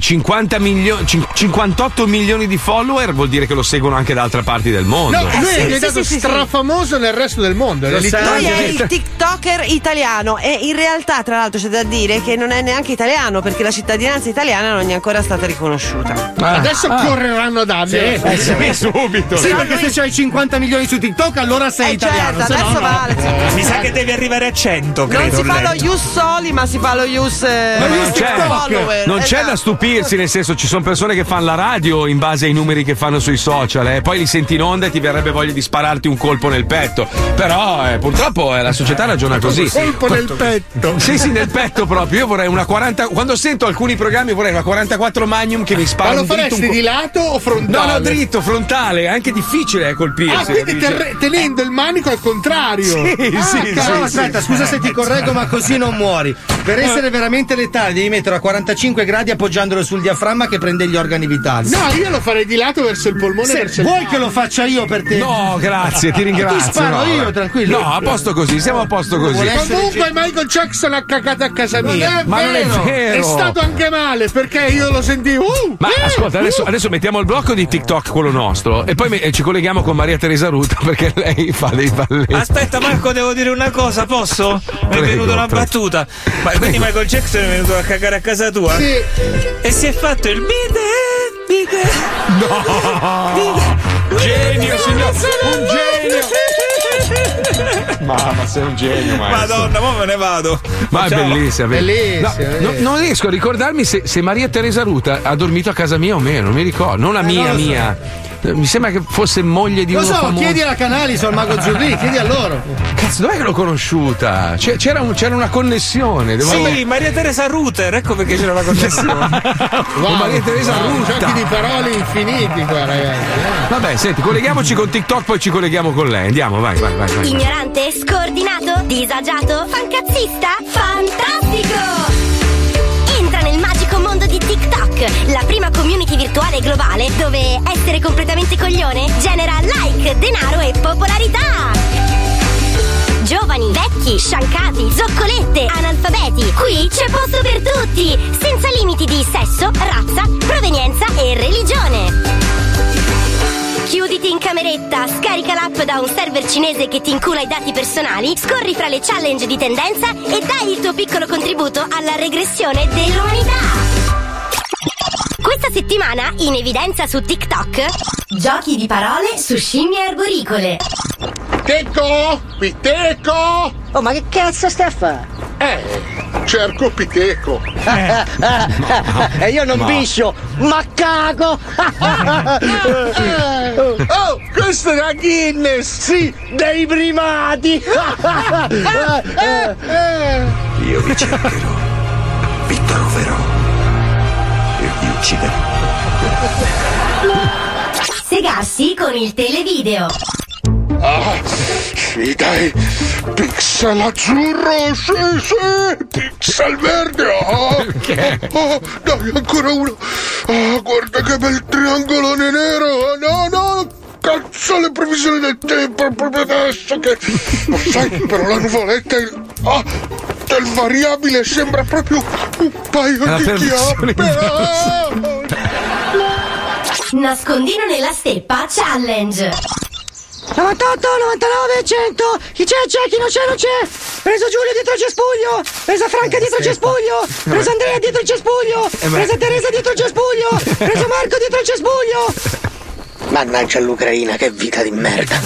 58 milioni di follower vuol dire che lo seguono anche da altre parti del mondo. No, lui è diventato strafamoso nel resto del mondo. Lui è il TikToker italiano e in realtà, tra l'altro, c'è da dire che non è neanche italiano, perché la cittadinanza italiana non gli è ancora stata riconosciuta. Adesso correranno a dargli subito. Sì, perché se c'hai 50 milioni su TikTok allora sei italiano. Certo, adesso vale. Mi sa che devi arrivare a 100, credo. Non si fa lo Ius Soli, ma si fa lo Ius follower. Non c'è da stupirsi, nel senso, ci sono persone che fanno la radio in base ai numeri che fanno sui social, poi li senti in onda e ti verrebbe voglia di spararti un colpo nel petto. Però purtroppo la società ragiona così. Colpo nel petto. Sì, nel petto proprio. Io vorrei una 40. Quando sento alcuni programmi vorrei una 44 Magnum che mi spara. Ma lo faresti di lato o frontale? No, dritto, frontale. È anche difficile colpirsi. Quindi tenendo il manico al contrario. Aspetta, scusa se ti correggo, ma così non muori. Per essere veramente letale devi mettere a 45 gradi appoggiandolo sul diaframma che prende gli organi vitali. No, io lo farei di lato verso il polmone. Vuoi che lo faccia io per te? No, grazie, ti ringrazio. Ti sparo io, tranquillo. No, a posto così, siamo a posto così. Comunque Michael Jackson ha cagato a casa mia. Ma non è vero. È stato anche male perché io lo sentivo. Ma ascolta, adesso mettiamo il blocco di TikTok, quello nostro, e poi ci colleghiamo con Maria Teresa Ruta perché lei fa dei balletti. Aspetta Marco, devo dire una cosa, posso? Mi è venuta una battuta. Ma quindi Michael Jackson è venuto a cagare a casa tua? Sì. E si è fatto il bidet. No! Genio, signor! Un genio! Ma sei un genio, maestro. Madonna, mo me ne vado. Ma Ciao. è bellissima, Bellissima. non riesco a ricordarmi se Maria Teresa Ruta ha dormito a casa mia o meno, non mi ricordo. Non la mia. Mi sembra che fosse moglie di uno famoso. Chiedi alla Canalis o al Mago Zurlì, chiedi a loro. Cazzo, dov'è che l'ho conosciuta? C'era una connessione. Sì, Maria Teresa Ruter, ecco perché c'era una connessione. Con Maria Teresa Ruta. Giochi di parole infiniti qua, ragazzi. Vabbè, senti, colleghiamoci con TikTok, poi ci colleghiamo con lei. Andiamo, vai. Ignorante, scordinato, disagiato, fancazzista, fantastico! Entra nel magico mondo di TikTok, la prima community virtuale globale dove essere completamente coglione genera like, denaro e popolarità. Giovani, vecchi, sciancati, zoccolette, analfabeti, qui c'è posto per tutti, senza limiti di sesso, razza, provenienza e religione. Chiuditi in cameretta, scarica l'app da un server cinese che ti incula i dati personali, scorri fra le challenge di tendenza e dai il tuo piccolo contributo alla regressione dell'umanità. Questa settimana in evidenza su TikTok, giochi di parole su scimmie arboricole. Piteco! Piteco! Oh, ma che cazzo stai a fare? Cerco Piteco. E io non biscio, ma cago! Oh, questa è la Guinness! Sì, dei primati! Io vi cercherò, vi troverò e vi ucciderò. Segarsi con il televideo. Sì, dai, pixel azzurro, sì, pixel verde, dai, ancora uno, guarda che bel triangolone nero, no, cazzo, le previsioni del tempo, proprio adesso che, ma sai, però la nuvoletta, del variabile sembra proprio un paio di chiappe, Nascondino nella steppa challenge. 98, 99, 100. Chi c'è? Chi non c'è? Preso Giulio dietro il cespuglio. Presa Franca dietro il cespuglio. Presa Andrea dietro il cespuglio. Presa Teresa dietro il cespuglio. Preso Marco dietro il cespuglio. Mannaggia l'Ucraina, che vita di merda.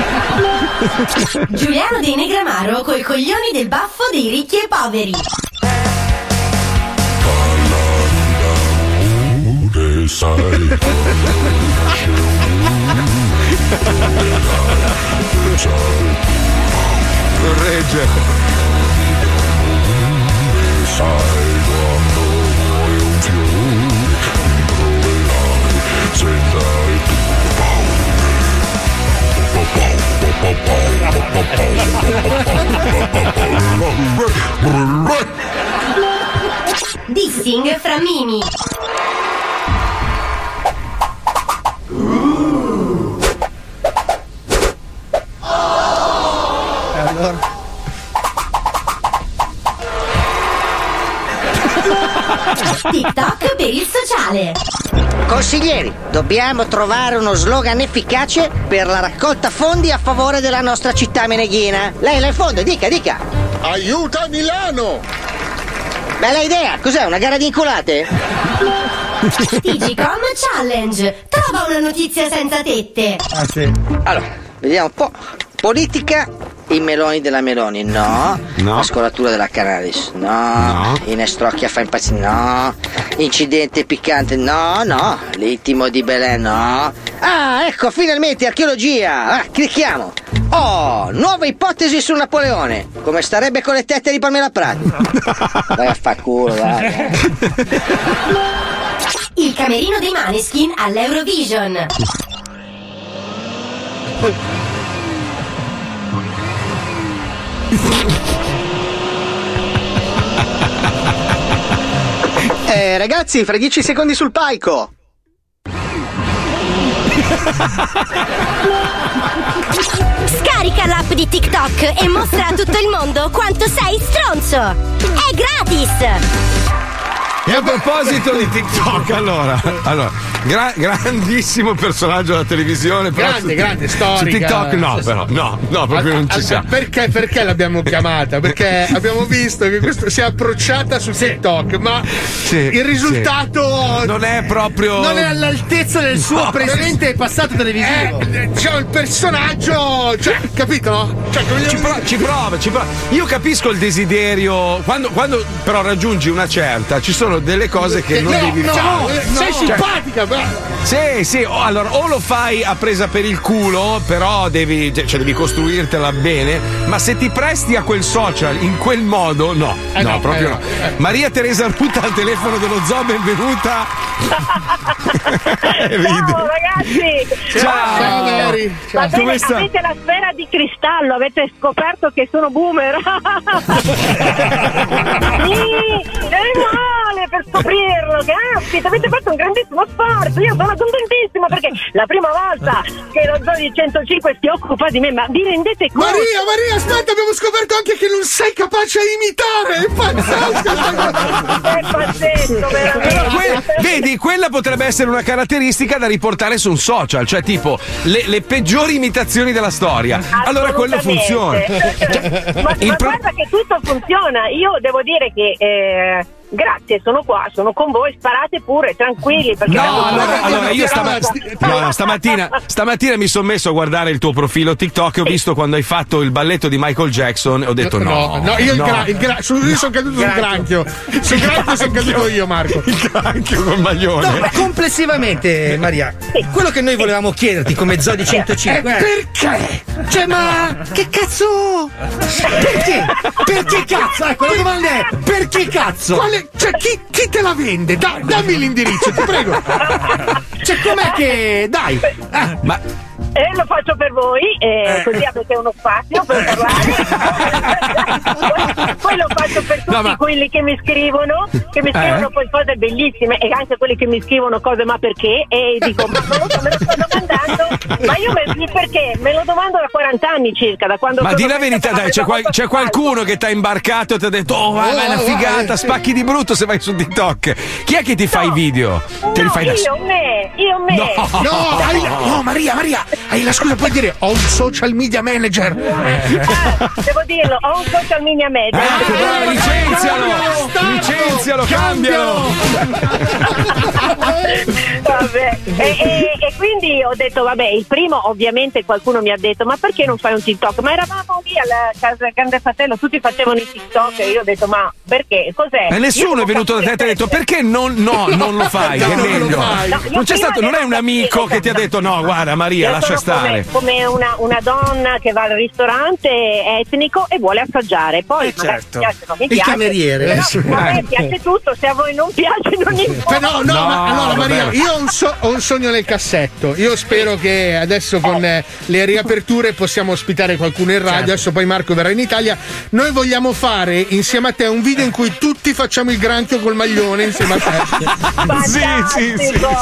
Giuliano dei Negramaro coi coglioni del baffo dei ricchi e poveri. Non regge. sai quando vuoi un fiore, proverai senza Dissing fra mimi. Allora. TikTok per il sociale. Consiglieri, dobbiamo trovare uno slogan efficace per la raccolta fondi a favore della nostra città meneghina. Lei là in fondo, dica. Aiuta Milano! Bella idea, cos'è, una gara di inculate? Digicom Challenge. Trova una notizia senza tette. Ah sì. Allora, vediamo un po'. Politica, i meloni della Meloni, no. La scolatura della Canalis, no. Inestrocchia fa impazzire, no. Incidente piccante, no. L'intimo di Belen, no. Ah, ecco, finalmente archeologia. Clicchiamo. Oh, nuova ipotesi su Napoleone. Come starebbe con le tette di Pamela Prati? Vai a fa culo, dai. Il camerino dei Maneskin all'Eurovision. Ragazzi, fra 10 secondi sul palco. Scarica l'app di TikTok e mostra a tutto il mondo quanto sei stronzo! È gratis! E a proposito di TikTok, allora grandissimo personaggio della televisione. Grande, storica. Su TikTok no, proprio non ci siamo. Perché l'abbiamo chiamata? Perché abbiamo visto che questo si è approcciata su TikTok, ma il risultato non è proprio. Non è all'altezza del suo presente e passato televisivo. C'è il personaggio, capito? Ci prova. Io capisco il desiderio quando però raggiungi una certa, ci sono delle cose che non devi fare. Sei simpatica, però. Sì, allora o lo fai a presa per il culo, però devi costruirtela bene, ma se ti presti a quel social in quel modo, proprio no. Maria Teresa Ruta al telefono dello zoo, benvenuta. Ciao ragazzi. Ciao Mary. Va bene, come sta? avete la sfera di cristallo, avete scoperto che sono boomer. Sì, è male per scoprirlo. Caspita, avete fatto un grandissimo sforzo. Io sono contentissima perché la prima volta che lo zoo di 105 si occupa di me, ma vi rendete conto? Maria, aspetta, abbiamo scoperto anche che non sei capace a imitare. È pazzesco, veramente. Vedi, quella potrebbe essere una caratteristica da riportare su un social, cioè tipo le peggiori imitazioni della storia. Allora quello funziona. ma guarda che tutto funziona. Io devo dire che grazie, sono qua, sono con voi, sparate pure, tranquilli. Perché allora io stamattina mi sono messo a guardare il tuo profilo TikTok e ho visto quando hai fatto il balletto di Michael Jackson e ho detto io sono caduto sul granchio. Sul granchio sono caduto io, Marco. Il granchio col maglione. No, ma complessivamente, Maria, quello che noi volevamo chiederti come zoo di 105 perché? Cioè, ma che cazzo? Perché cazzo? Ecco, la domanda è perché cazzo? Cioè, chi te la vende? Dammi l'indirizzo, ti prego. Cioè, com'è che. Dai! Ma. Lo faccio per voi, così avete uno spazio per parlare. Poi lo faccio per tutti quelli che mi scrivono poi cose bellissime, e anche quelli che mi scrivono cose ma perché, e dico ma non lo so, me lo sto domandando, ma io perché me lo domando da 40 anni circa, da quando. Ma di la verità, dai, c'è qualcuno che ti ha imbarcato e ti ha detto vai, è una figata, spacchi di brutto se vai su TikTok. Chi è che ti fa i video? Te li fai da io me. No, Maria, hai la scusa, puoi dire ho un social media manager. Devo dirlo, ho un social media manager. Licenzialo, cambialo. Vabbè. E quindi ho detto vabbè, il primo ovviamente qualcuno mi ha detto ma perché non fai un TikTok? Ma eravamo lì alla casa del Grande Fratello, tutti facevano i TikTok e io ho detto ma perché? Cos'è? E nessuno è venuto da te e ti ha detto perché non lo fai, che è meglio. Non c'è stato, non è un amico che ti ha detto no, guarda Maria, lascia stare. Come una donna che va al ristorante etnico e vuole assaggiare, poi certo. mi piace, non mi il piace, cameriere. Però a me piace tutto, se a voi non piace non importa. Allora Maria, io ho un sogno nel cassetto. Io spero che adesso con le riaperture possiamo ospitare qualcuno in radio. Certo. Adesso poi Marco verrà in Italia. Noi vogliamo fare insieme a te un video in cui tutti facciamo il granchio col maglione insieme a te. Sì.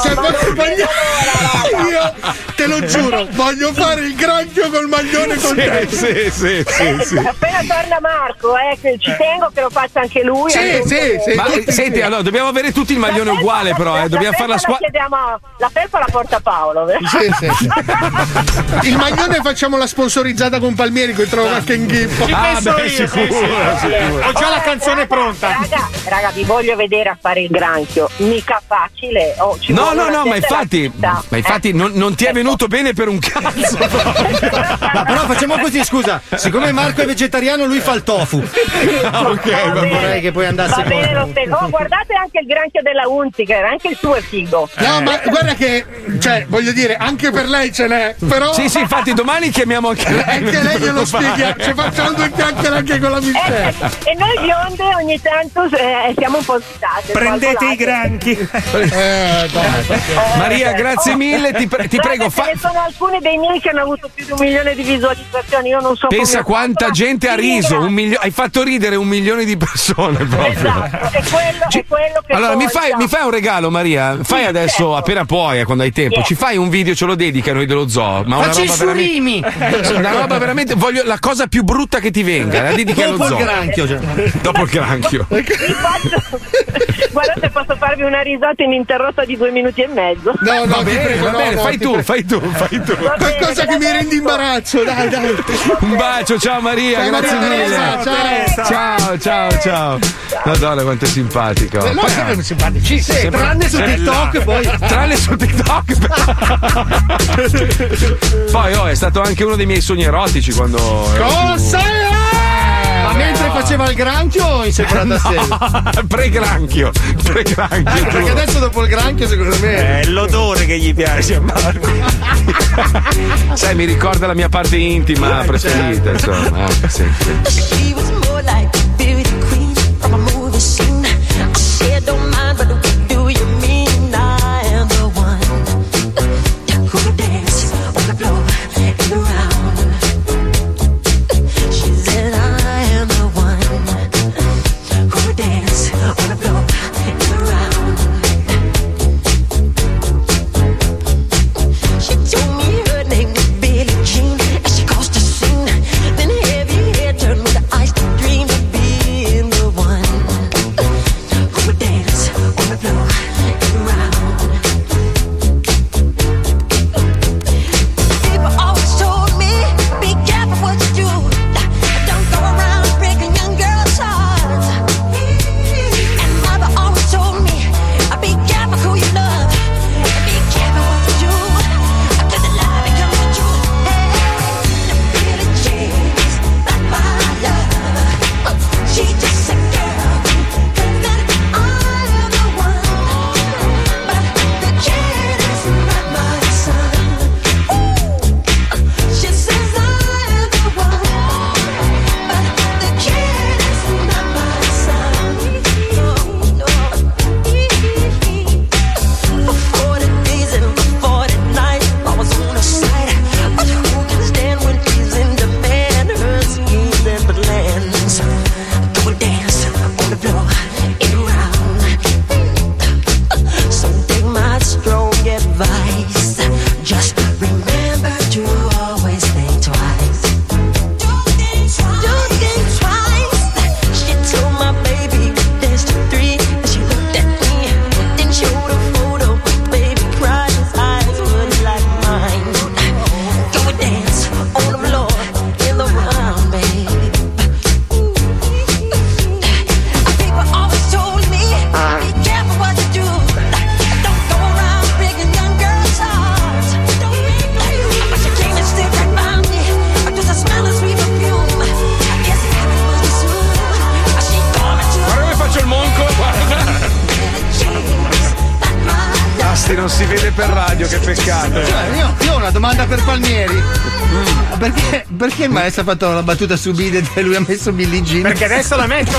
Io te lo giuro, voglio fare il granchio col maglione con te. Sì. Appena torna Marco, ci tengo che lo faccia anche lui. Sì. Ma senti, allora dobbiamo avere tutti il maglione uguale, però dobbiamo fare la squadra. La felpa la porta Paolo. Sì. Il maglione facciamo la sponsorizzata con Palmieri, che trovo qualche inghippo. Sicuro. Ho già la canzone pronta. Raga, vi voglio vedere a fare il granchio. Mica facile. No, ma infatti non ti è venuto bene per un cazzo. Ma però facciamo così, scusa. Siccome Marco è vegetariano, lui fa il tofu. Ok, vorrei che poi andasse. Va bene lo stesso. Guardate anche il granchio della Unziger, anche il suo è figo. No, Ma guarda che, cioè, voglio dire, anche per lei ce n'è, però. Sì, infatti domani chiamiamo anche lei. Anche lei glielo spiega, ci facciamo due chiacchiere anche con la Michelle. E noi bionde ogni tanto siamo un po' sfitate. Prendete i granchi. Maria, grazie mille, ti prego. Ce ne sono alcuni dei miei che hanno avuto più di 1 milione di visualizzazioni. Io non so. Pensa quanta gente ha riso, hai fatto ridere 1 milione di persone proprio. Esatto, è quello che. Allora, mi fai un regalo, Maria? Fai adesso, certo, appena puoi, quando hai tempo, ci fai un video, ce lo dedica a noi dello zoo. Ma facci i surimi! Una roba veramente. Voglio la cosa più brutta che ti venga, la dedica allo zoo. Dopo il granchio, cioè. Dopo il granchio. Guardate, posso farvi una risata ininterrotta di 2 minuti e mezzo. No, va bene, fai tu. Qualcosa che mi rende imbarazzo, dai. Un bacio, ciao Maria, grazie mille. Ciao. Madonna, quanto è simpatico. No, siamo simpatici, tranne su TikTok, poi. Tranne su TikTok. Poi è stato anche uno dei miei sogni erotici quando. Cosa? Ma mentre faceva il granchio o in separata sede? Pre-granchio. Perché adesso dopo il granchio secondo me è l'odore che gli piace a Marco. Sai, mi ricorda la mia parte intima preferita, insomma. Sì. She was more like a beauty queen from a movie scene. I said, don't mind, but what do you mean? I am the one who would dance on the floor and around. She said, I am the one who would dance on the floor and around. She told me her name was Billie Jean, and she caused a scene. Then heavy hair turned with the ice to dream of being the one who would dance on the floor and around. People always told me, be careful what you do. Don't go around breaking young girls' hearts. And mother always told me, be careful who you love. Be careful what you do. Cause the love becomes the truth. Billie Jean's not my love. She's just a girl. That I am the one. But the kid is not my son. She says I am the one. But the kid is not my son. No. For 40 days and 40 nights, I was on her side. But who can stand when she's in demand? Her schemes and plans. Go and dance on the floor and around. So take my strong advice. Just remember to always think twice. Don't think twice. She told my baby dance to 3. And she looked at me, then showed a photo. Baby cried, his eyes were like mine. Go and dance on the floor in the round, babe. People always told me, be careful what you do. Don't go around breaking young girls' hearts. But she came and stood right by me. Just the smell of sweet perfume. I guess it was too soon. She called me to Guarda come faccio il monco, guarda. Basti, non si vede per radio, che peccato. Io ho una domanda per Palmieri. Perché il maestro ha fatto la battuta su Bidet e lui ha messo Billie Jean? Perché adesso la metto.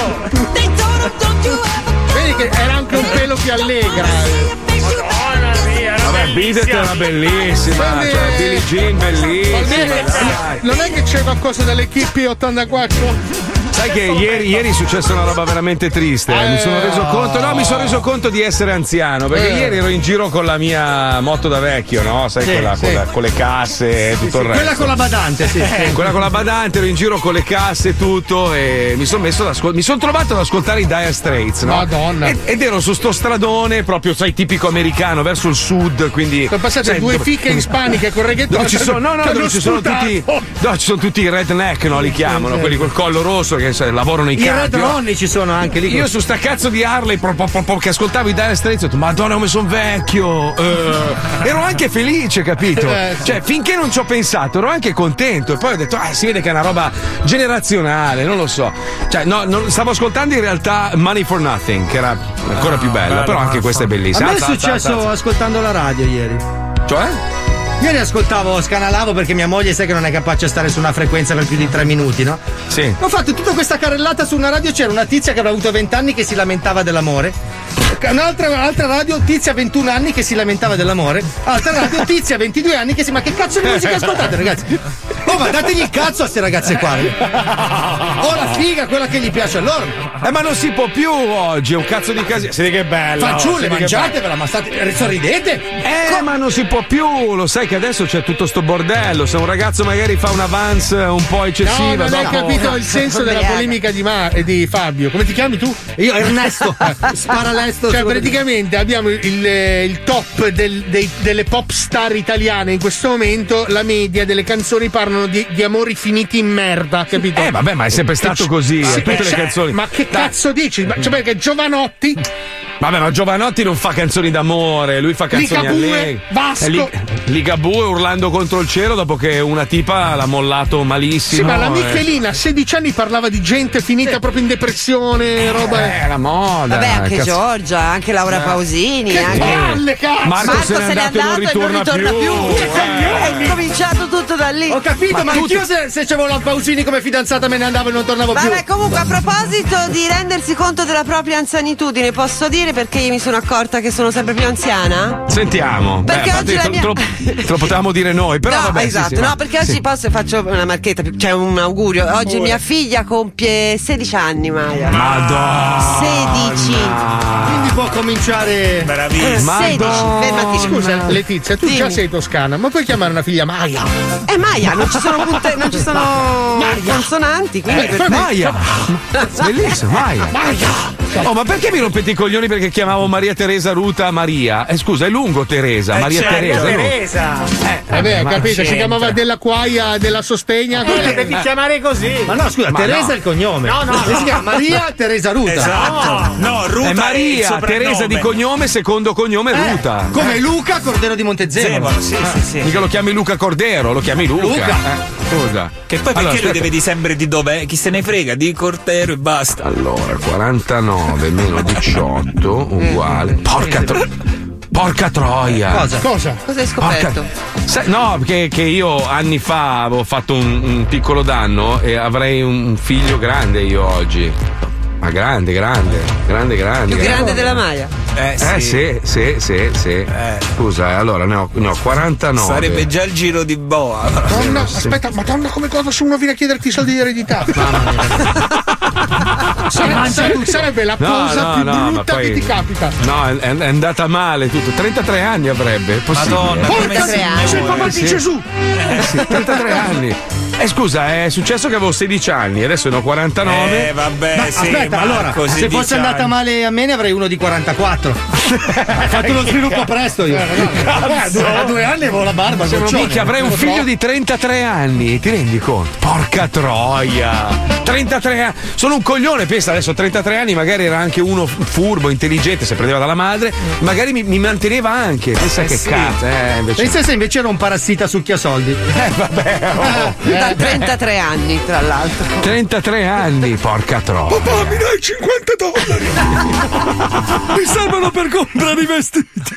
Vedi che era anche un pelo più allegra. Madonna mia, era Vabbè, Bidet era bellissima, cioè Billie Jean bellissima. Non è che c'è qualcosa dell'equipe 84? Sai che ieri è successa una roba veramente triste. Mi sono reso conto di essere anziano. Perché ieri ero in giro con la mia moto da vecchio, no? Sai, con le casse e tutto il resto. Quella con la badante, sì. Quella con la badante, ero in giro con le casse e tutto. E mi sono messo mi sono trovato ad ascoltare i Dire Straits, no? Madonna. Ed ero su sto stradone, proprio, sai, tipico americano, verso il sud. Quindi. Sono passate due fiche ispaniche con reggaeton. Dove ci sono tutti i redneck, no? Li chiamano, quelli col collo rosso che che lavoro nei I campi. Red Ronnie ci sono anche lì. Io su sta cazzo di Harley che ascoltavo i Dire Straits ho detto madonna come sono vecchio. Ero anche felice, capito? Cioè finché non ci ho pensato ero anche contento e poi ho detto si vede che è una roba generazionale, non lo so. Cioè stavo ascoltando in realtà Money for Nothing che era ancora più bella, però anche questa è bellissima. A me è successo ascoltando la radio ieri. Cioè? Ieri scanalavo perché mia moglie sai che non è capace a stare su una frequenza per più di 3 minuti, no? Sì. Ho fatto tutta questa carrellata su una radio, c'era una tizia che aveva avuto 20 anni che si lamentava dell'amore. Un'altra radio, tizia 21 anni che si lamentava dell'amore. Altra radio, tizia 22 anni che si. Ma che cazzo di musica ascoltate, ragazzi? Oh, ma dategli il cazzo a ste ragazze qua. Oh, la figa, quella che gli piace a loro. Ma non si può più oggi, è un cazzo di casino. Siete che bella. Fanciulle, mangiatevela, ma sorridete. Ma non si può più, lo sai che adesso c'è tutto sto bordello. Se un ragazzo magari fa una Vans un po' eccessiva. No, non hai capito il senso della polemica di Fabio. Come ti chiami tu? Io Ernesto. Sparalesto. Cioè, praticamente abbiamo il top delle pop star italiane in questo momento. La media delle canzoni parlano di amori finiti in merda, capito? Vabbè, ma è sempre stato così. Tutte le canzoni. Ma che cazzo dici? Cioè, perché Giovanotti. Vabbè, ma Giovanotti non fa canzoni d'amore, lui fa canzoni allegre. Vasco. Ligabue urlando contro il cielo dopo che una tipa l'ha mollato malissimo. Sì, ma la Michelina a 16 anni parlava di gente finita proprio in depressione, roba. La moda. Vabbè, anche Giorgia, anche Laura Pausini. Che anche... palle, cazzo! Marco se n'è andato e non ritorna più. È cominciato tutto da lì. Ho capito, ma anch'io se c'avevo la Pausini come fidanzata me ne andavo e non tornavo più. Vabbè, comunque a proposito di rendersi conto della propria anzianitudine, posso dire perché io mi sono accorta che sono sempre più anziana? Sentiamo. Perché oggi la mia... te lo potevamo dire noi, però no, vabbè. Esatto, sì, no, perché oggi faccio una marchetta, cioè un augurio. Oggi mia figlia compie 16 anni, Maia. Madonna. 16. Quindi può cominciare. Bravissima. 16. Fermati. Scusa, Letizia, tu già sei toscana, ma puoi chiamare una figlia Maia? Maia, non ci sono non ci sono consonanti, quindi per Maia. Bellissimo, Maia. Oh, ma perché mi rompete i coglioni perché chiamavo Maria Teresa Ruta Maria? Scusa, è lungo Teresa, Maria Teresa. Vabbè, capito, si chiamava della Quaia, della Sostegna. Devi chiamare così. Ma no, scusa, Teresa è il cognome. No. Si chiama Maria Teresa Ruta. Esatto. No, Ruta è Maria Teresa di cognome, secondo cognome Ruta. Come Luca Cordero di Montezemolo. Sì. Mica lo chiami Luca Cordero, lo chiami Luca. Scusa. Che poi perché lui deve dire sempre di dov'è? Chi se ne frega, di Cordero e basta. Allora, 49 meno 18 uguale. Porca troia! Cosa hai scoperto? No, perché io anni fa avevo fatto un piccolo danno e avrei un figlio grande io oggi. Ma grande. Più grande della Maia. Sì. Scusa, allora ne ho 49. Sarebbe già il giro di boa. Madonna, aspetta, Madonna, come cosa se uno viene a chiederti i soldi di eredità? Sarebbe la cosa più brutta che ti capita. No, è andata male tutto. 33 anni avrebbe. È possibile. Madonna, porca sei papà di Gesù. Sì, 33 anni. Scusa, è successo che avevo 16 anni, adesso ne ho 49. Vabbè, sì. Aspetta, Marco, allora, se fosse andata male a me ne avrei uno di 44. Hai fatto uno sviluppo presto io. A 2 anni avevo la barba. Minchia, avrei un figlio di 33 anni, ti rendi conto? Porca troia! 33 anni. Sono un coglione, pensa, adesso 33 anni, magari era anche uno furbo, intelligente, se prendeva dalla madre, magari mi manteneva anche. Pensa che cazzo, invece. Pensa se invece era un parassita succhiasoldi. Vabbè. Da 33 anni, tra l'altro. 33 anni, porca troia. Papà, mi dai $50. Mi servono per comprare i vestiti.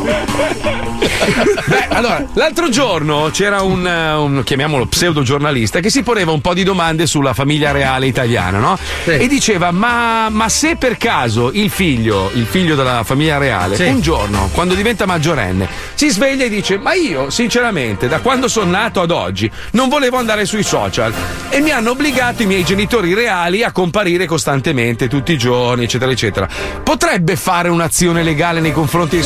Beh, allora, l'altro giorno c'era un chiamiamolo pseudo giornalista che si poneva un po' di domande sulla famiglia reale italiana, no? Sì. E diceva: ma se per caso il figlio della famiglia reale, sì, un giorno, quando diventa maggiorenne, si sveglia e dice: ma io, sinceramente, da quando sono nato ad oggi, non volevo andare sui social e mi hanno obbligato i miei genitori reali a comparire costantemente tutti i giorni, eccetera eccetera, potrebbe fare un'azione legale nei confronti dei suoi genitori?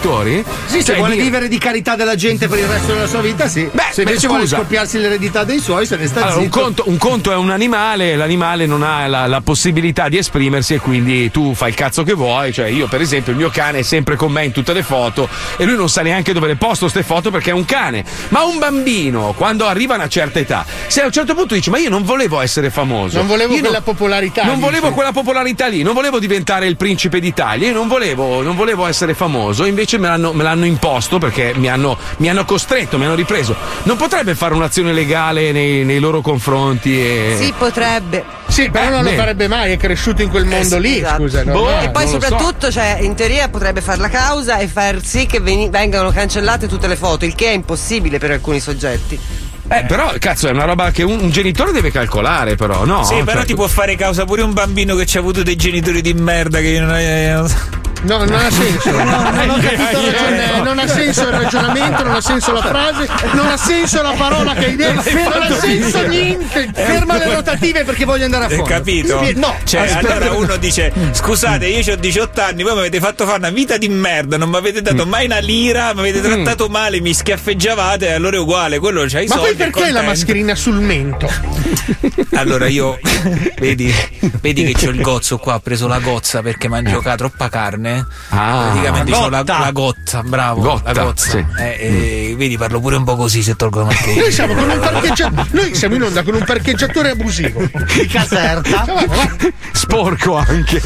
genitori? Sì, se vuole vivere di carità della gente per il resto della sua vita, sì. Se invece vuole scoppiarsi l'eredità dei suoi, se ne sta allora, zitto. un conto è un animale, l'animale non ha la possibilità di esprimersi e quindi tu fai il cazzo che vuoi. Cioè, io, per esempio, il mio cane è sempre con me in tutte le foto e lui non sa neanche dove le posto queste foto perché è un cane. Ma un bambino, quando arriva a una certa età, se a un certo punto dice: ma io non volevo essere famoso, non volevo quella popolarità. Non volevo quella popolarità lì, non volevo diventare il principe d'Italia, io non volevo essere famoso, invece me l'hanno imposto perché mi hanno costretto, mi hanno ripreso. Non potrebbe fare un'azione legale nei loro confronti? Sì, potrebbe. Sì, però non lo farebbe mai, è cresciuto in quel mondo lì, esatto. scusa. E poi soprattutto, cioè, in teoria potrebbe fare la causa e far sì che vengano cancellate tutte le foto, il che è impossibile per alcuni soggetti. Però cazzo è una roba che un genitore deve calcolare, però, no? Sì, però ti può fare causa pure un bambino che ci ha avuto dei genitori di merda che No, non ha senso. Non ho capito non ha senso il ragionamento, non ha senso la frase, non ha senso la parola che hai detto, non ha senso niente. Ferma le rotative perché voglio andare a fondo. Hai capito? No. Cioè, allora uno dice: scusate, io ho 18 anni, voi mi avete fatto fare una vita di merda, non mi avete dato mai una lira, mi avete trattato male, mi schiaffeggiavate, allora è uguale, quello c'hai i soldi. Ma poi perché la mascherina sul mento? Allora io vedi che c'ho il gozzo qua, ho preso la gozza perché mangio troppa carne. Praticamente c'ho la gotta, bravo, la gozza. Sì. Vedi, parlo pure un po' così se tolgo la mascherina. Noi siamo in onda con un parcheggiatore abusivo di Caserta. Sporco anche.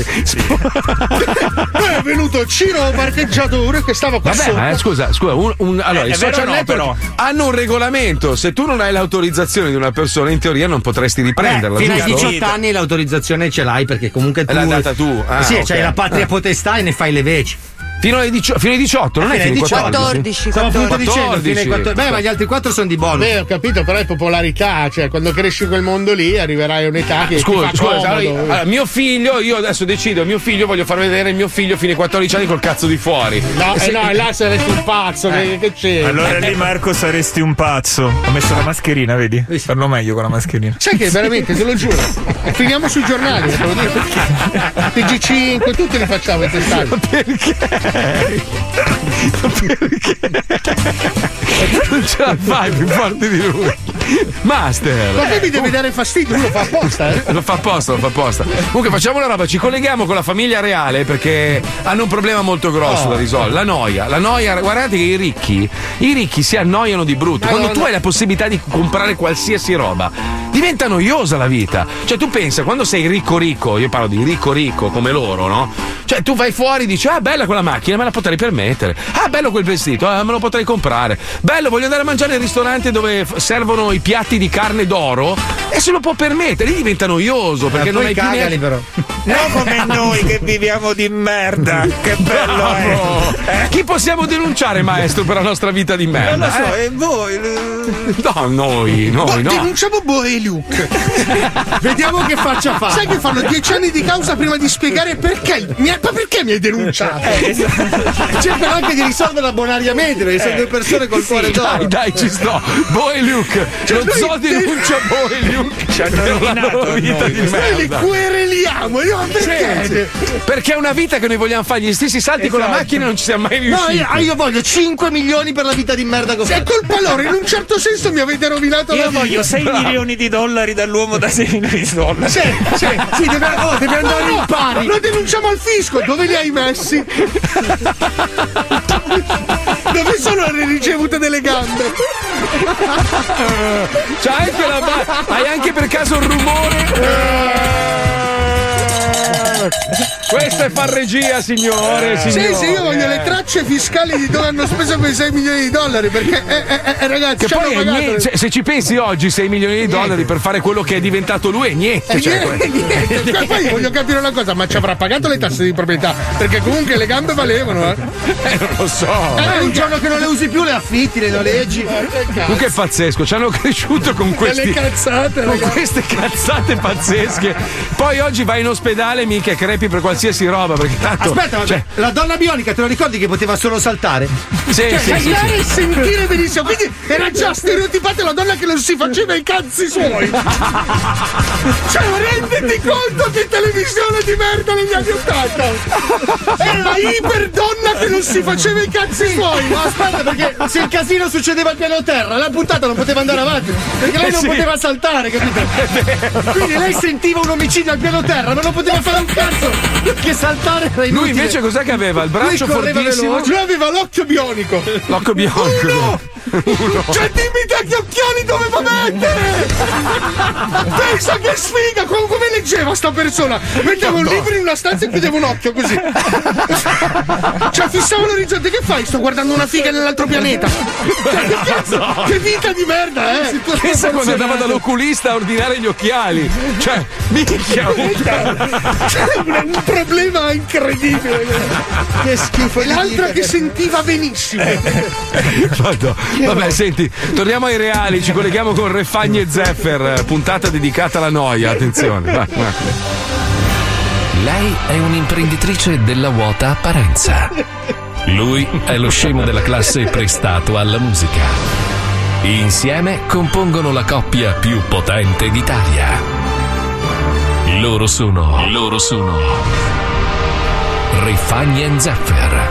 Poi è venuto Ciro parcheggiatore che stava qua sotto. Scusa, allora i social network hanno un regolamento. Se tu non hai l'autorizzazione di una persona, in teoria non potresti riprenderla. Fino ai 18 anni l'autorizzazione ce l'hai perché comunque tu l'hai data tu. Sì, c'hai la patria potestà e ne fai le veci. Fino ai 18, non è fino ai 14. Stavo appunto dicendo fino ai 14. Beh, ma gli altri 4 sono di bonus. Ho capito, però è popolarità, cioè quando cresci in quel mondo lì arriverai a un'età che scusa, allora, mio figlio, io adesso decido, mio figlio voglio far vedere il mio figlio fino ai 14 anni col cazzo di fuori. No, là saresti un pazzo, che c'è? Allora lì Marco saresti un pazzo. Ho messo la mascherina, vedi? Parlo meglio con la mascherina. Sai che veramente, te lo giuro. Finiamo sui giornali, te lo dico perché. TG5, tutti li facciamo i testati. Perché? Non ce la fai più forte di lui. Master. Ma poi mi deve dare fastidio, lui lo fa apposta, Lo fa apposta. Comunque facciamo una roba, ci colleghiamo con la famiglia reale perché hanno un problema molto grosso da risolvere. La noia, guardate che i ricchi si annoiano di brutto. Quando tu hai la possibilità di comprare qualsiasi roba, diventa noiosa la vita. Cioè tu pensa, quando sei ricco, io parlo di ricco come loro, no? Cioè tu vai fuori e dici: ah, bella quella macchina, me la potrei permettere. Ah, bello quel vestito, me lo potrei comprare. Bello, voglio andare a mangiare al ristorante dove servono i piatti di carne d'oro e se lo può permettere. Lì diventa noioso perché non hai più neanche... però. Non come noi che viviamo di merda. Che bello è. Chi possiamo denunciare, maestro, per la nostra vita di merda? Non lo so, e voi? No, noi no. Denunciamo Boe e Luke. Vediamo che faccia fa. Sai che fanno 10 anni di causa prima di spiegare perché mi hai denunciato? Cercano anche di risolverla bonariamente perché sono due persone col cuore d'oro. Dai, ci sto. Boe e Luke. Lo zoo denuncia Boe e Luke. Ci hanno la loro vita di merda. Noi li quereliamo. Perché? Perché è una vita che noi vogliamo fare gli stessi salti con la macchina e non ci siamo mai riusciti. No, io voglio 5 milioni per la vita di merda che ho fatto. Se è colpa loro, in un certo senso mi avete rovinato la vita. Io voglio 6 milioni di dollari dall'uomo da 6 milioni di dollari. Sì, deve andare in pari. Lo denunciamo al fisco. Dove li hai messi? Dove sono le ricevute delle gambe? C'hai anche hai anche per caso un rumore? Questa è farregia, signore. Sì, io voglio le tracce fiscali di dove hanno speso quei 6 milioni di dollari. Perché, ragazzi, che poi niente, se ci pensi oggi, 6 milioni di dollari per fare quello che è diventato lui è niente. Niente. Poi voglio capire una cosa: ma ci avrà pagato le tasse di proprietà? Perché comunque le gambe valevano, non lo so. Un giorno che non le usi più, le affitti, le noleggi. Comunque è pazzesco, ci hanno cresciuto con queste cazzate pazzesche. Poi oggi vai in ospedale, mica crepi per qualsiasi qualsiasi roba perché tanto. Aspetta, vabbè, la donna bionica te lo ricordi che poteva solo saltare? Sì, saltare e sentire benissimo, quindi era già stereotipata la donna che non si faceva i cazzi suoi. Cioè, renditi conto che televisione di merda negli anni 80. Era la iper donna che non si faceva i cazzi suoi. Ma aspetta, perché se il casino succedeva al piano terra, la puntata non poteva andare avanti, perché lei non poteva saltare, capito? Quindi lei sentiva un omicidio al piano terra, ma non poteva fare un cazzo, perché saltare era inutile. Lui invece cos'è che aveva? Il braccio fortissimo? Lui aveva l'occhio bionico. L'occhio bionico. Uno. Cioè dimmi te che occhiali doveva mettere. Pensa che sfiga. Come leggeva sta persona? Metteva un libro in una stanza e chiudeva un occhio così. Cioè fissava l'orizzonte. Che fai? Sto guardando una figa nell'altro pianeta. Cioè, che cazzo? Che vita di merda, eh? Pensa quando andava dall'oculista a ordinare gli occhiali. Cioè, minchia. Un problema incredibile. Che schifo. E l'altra che sentiva benissimo. Vabbè, senti, torniamo ai reali, ci colleghiamo con Refagni e Zeffer, puntata dedicata alla noia, attenzione. Vai. Lei è un'imprenditrice della vuota apparenza. Lui è lo scemo della classe prestato alla musica. Insieme compongono la coppia più potente d'Italia. Loro sono Refagni e Zeffer.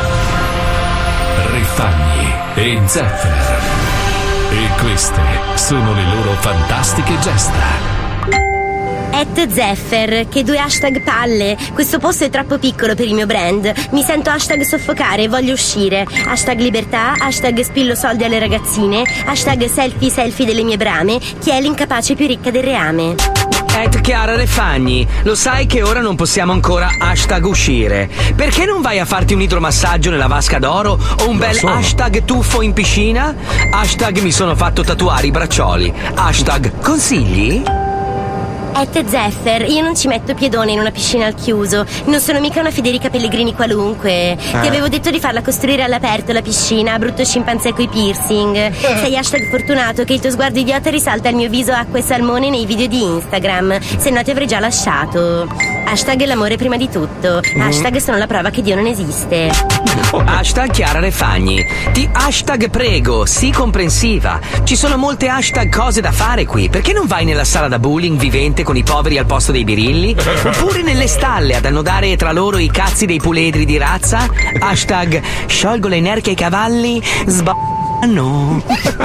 Refagni e Zeffer. E queste sono le loro fantastiche gesta. @Zeffer, che 2 hashtag palle. Questo posto è troppo piccolo per il mio brand. Mi sento hashtag soffocare, voglio uscire. Hashtag libertà, hashtag spillo soldi alle ragazzine, hashtag selfie delle mie brame. Chi è l'incapace più ricca del reame? Chiara Refagni, lo sai che ora non possiamo ancora hashtag uscire. Perché non vai a farti un idromassaggio nella vasca d'oro o un bel hashtag tuffo in piscina? Hashtag mi sono fatto tatuare i braccioli. Hashtag consigli? Zeffer, io non ci metto piedone in una piscina al chiuso. Non sono mica una Federica Pellegrini qualunque. Ti avevo detto di farla costruire all'aperto la piscina, brutto scimpanzé coi piercing. Sei hashtag fortunato che il tuo sguardo idiota risalta il mio viso acqua e salmone nei video di Instagram. Se no ti avrei già lasciato. Hashtag l'amore prima di tutto. Hashtag sono la prova che Dio non esiste. Hashtag Chiara Refagni. Ti hashtag prego, sii comprensiva. Ci sono molte hashtag cose da fare qui. Perché non vai nella sala da bowling vivente con i poveri al posto dei birilli? Oppure nelle stalle ad annodare tra loro i cazzi dei puledri di razza? Hashtag sciolgo le nerche ai cavalli, no.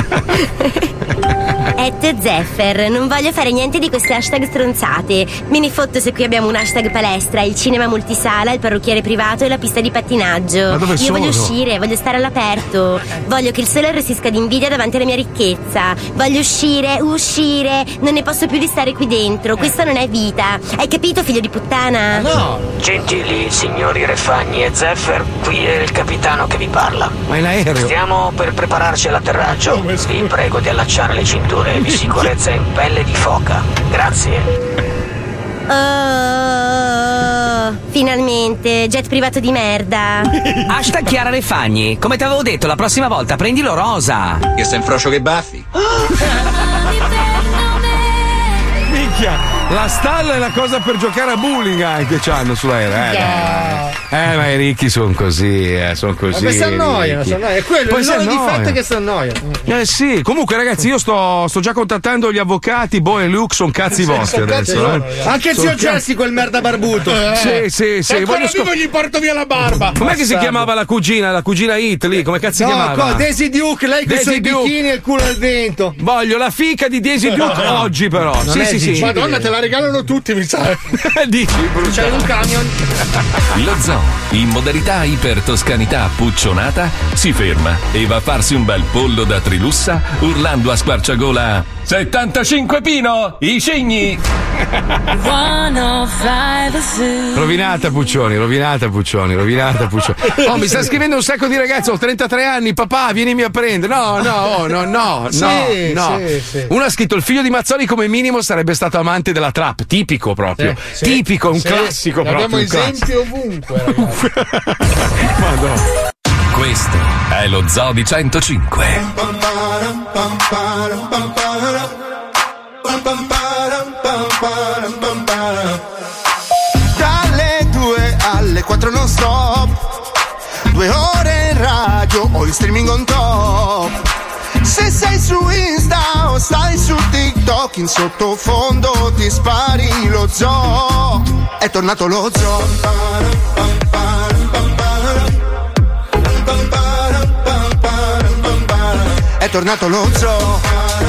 Zeffer, non voglio fare niente di queste hashtag stronzate. Me ne fotto se qui abbiamo un hashtag palestra, il cinema multisala, il parrucchiere privato e la pista di pattinaggio. Ma dove Io sono? voglio uscire, voglio stare all'aperto. Voglio che il sole arrossisca d'invidia davanti alla mia ricchezza. Voglio uscire. Non ne posso più di stare qui dentro. Questa non è vita. Hai capito, figlio di puttana? No. Gentili signori Refagni e Zeffer, qui è il capitano che vi parla. Ma in aereo? Stiamo per prepararci all'atterraggio. Vi prego di allacciare le cinture di sicurezza in pelle di foca. Grazie. Finalmente, jet privato di merda. Hashtag Chiara Refagni. Come ti avevo detto, la prossima volta prendilo rosa. Io sto in froscio che baffi. Minchia, la stalla è la cosa per giocare a bowling anche c'hanno sull'aereo. Ma i ricchi sono così, sono così. Ma si annoiano, è quello, Poi il si loro annoiano. difetto è che si annoiano. Sì, comunque ragazzi io sto già contattando gli avvocati, Bo e Luke sono cazzi vostri adesso. Anche zio Jesse quel merda barbuto. Sì. Ancora vivo gli porto via la barba. Com'è che si chiamava la cugina Hit lì? Come cazzo si chiamava? Daisy Duke, lei con i suoi bikini e il culo al vento. Voglio la fica di Daisy Duke oggi però. Sì. Madonna, te la regalano tutti, mi sa. Dici, c'è un camion. Lo zoo, in modalità ipertoscanità puccionata, si ferma e va a farsi un bel pollo da Trilussa urlando a squarciagola 75 Pino, i cigni! Rovinata Puccioni. Oh, mi sta scrivendo un sacco di ragazzi, ho 33 anni, papà, vienimi a prendere. No. Sì. Uno ha scritto: il figlio di Mazzoli come minimo sarebbe stato amante della trap, tipico proprio. Tipico, un classico proprio. Abbiamo esempi ovunque, ragazzi. Madonna. Questo è lo Zoo di 105. Dalle 2 4 non stop, 2 ore in radio o in streaming on top. Se sei su Insta o stai su TikTok, in sottofondo ti spari lo zoo. È tornato lo zoo. È tornato lo zoo.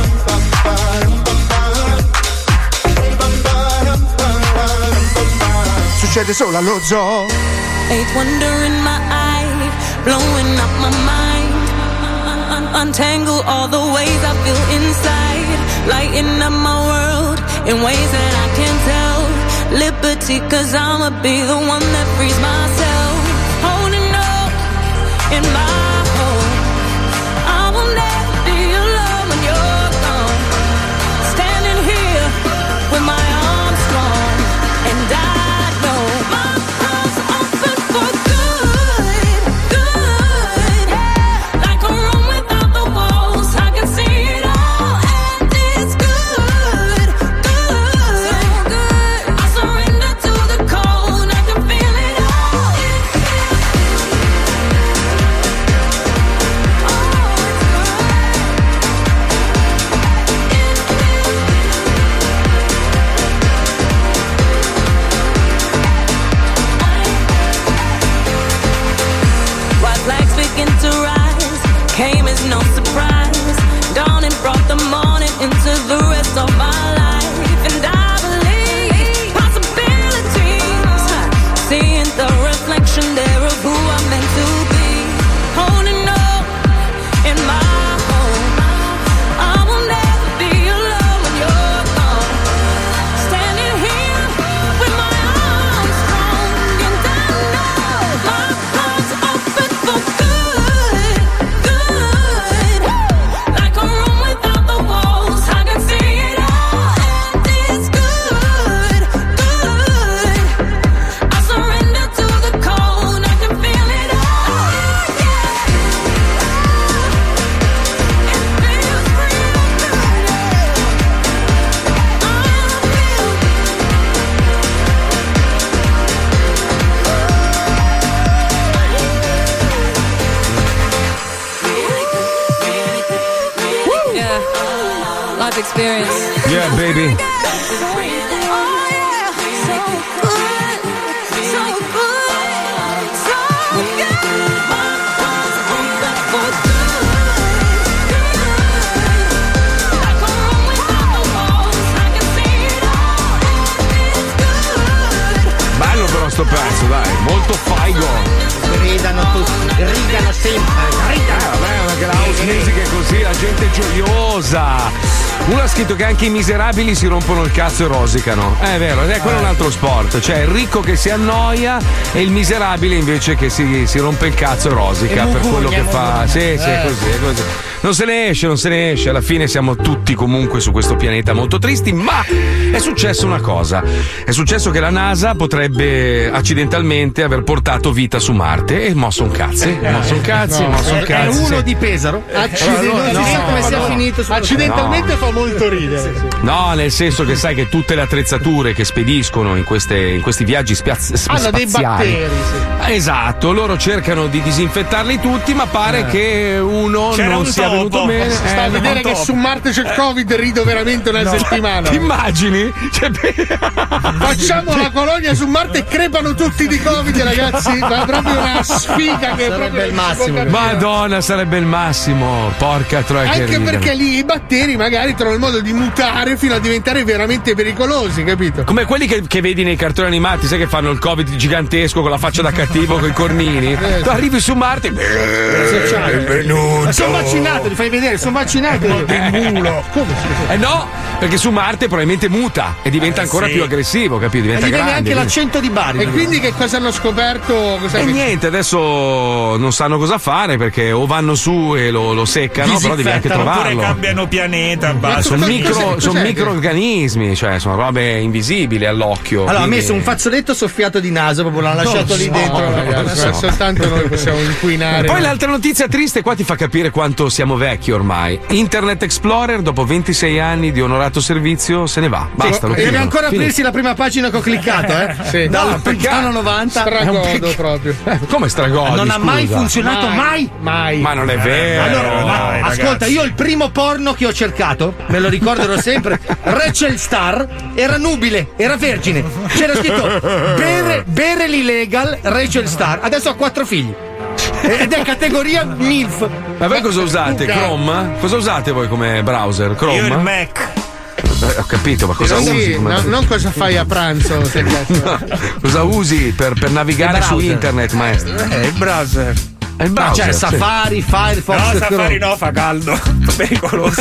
Succede solo allo zoo. A wonder in my eye, blowing up my mind. Untangle all the ways I feel inside, lighting up my world in ways that I can't tell. Liberty, 'cause I'ma be the one that frees myself. Holding up in my home, I will never be alone when you're gone. Standing here with my arms strong, and I know my heart's open for good, good. Like a room without the walls, I can see it all, and it's good, good, so good. I surrender to the cold, I can feel it all. White flags begin to rise, came as no surprise. Dawning brought the morning into the rest of my life, and I believe possibilities, seeing the reflection there of who I'm meant to be. Holding up in my home, I will never be alone when you're gone. Standing here with my arms strong, and I know my heart's open for good, good. Like a room without the walls, I can see it all, and it's good, good. I surrender to the cold, I can feel it all. Yeah, life experience. Yeah, baby. Bello però sto pezzo, dai, molto faigo. Gridano tutti, gridano sempre, gridano. Perché la house music è così, la gente è gioiosa. Uno ha scritto che anche i miserabili si rompono il cazzo e rosicano. È vero, quello è un altro sport. Cioè il ricco che si annoia e il miserabile invece che si rompe il cazzo e rosica per quello che fa. Sì, è così. Non se ne esce. Alla fine siamo tutti comunque su questo pianeta molto tristi, ma è successo una cosa. È successo che la NASA potrebbe accidentalmente aver portato vita su Marte e mosso un cazzo. È uno di Pesaro. Accidentalmente come sia finito su Accidentalmente fa molto ridere. No, nel senso che sai che tutte le attrezzature che spediscono in questi viaggi spaziali hanno dei batteri. Esatto, loro cercano di disinfettarli tutti, ma pare che uno non sia venuto bene. Sta a vedere che su Marte c'è il Covid, rido veramente una settimana. Ti immagini? Facciamo la colonia su Marte e crepano tutti di Covid, ragazzi. Ma è proprio una sfiga che sarebbe il massimo. Madonna, sarebbe il massimo. Porca troia. Anche perché lì i batteri magari trovano il modo di mutare fino a diventare veramente pericolosi, capito? Come quelli che vedi nei cartoni animati, sai che fanno il Covid gigantesco con la faccia da cattivo, con i cornini. Tu arrivi su Marte. Benvenuto. Sono vaccinato, li fai vedere, sono vaccinato. No, perché su Marte probabilmente muta e diventa ancora più aggressivo, capito? Diventa e gli grande. viene anche l'accento di Bari. E quindi che cosa hanno scoperto? Niente, adesso non sanno cosa fare perché o vanno su e lo seccano, però devi anche trovarlo. Oppure cambiano pianeta. Sono microorganismi, cioè sono robe invisibili all'occhio. Allora, ha messo un fazzoletto soffiato di naso, proprio l'hanno lasciato lì dentro. Soltanto noi possiamo inquinare. Poi l'altra notizia triste qua ti fa capire quanto sia siamo vecchi ormai. Internet Explorer, dopo 26 anni di onorato servizio, se ne va. Basta, lo deve chiudo. ancora Finito. aprirsi la prima pagina che ho cliccato, Sì. Dal perché- anno 90. Stragodo proprio. Come stragodi? Non ha mai scusa? funzionato, mai. Ma non è vero. Allora, ascolta, io il primo porno che ho cercato, me lo ricorderò sempre, Rachel Starr, era nubile, era vergine. C'era scritto bere l'illegal Rachel Starr. Adesso ha 4 figli. Ed è categoria MILF. Ma voi cosa usate? Chrome? Cosa usate voi come browser? Chrome? Io il Mac. Ho capito, ma cosa Sì, usi? come- non cosa fai a pranzo. Cosa usi per navigare Il su browser. internet, maestro? Il browser. È il browser. C'è sì. Safari, Firefox. No, Chrome. Safari no, fa caldo. Pericoloso.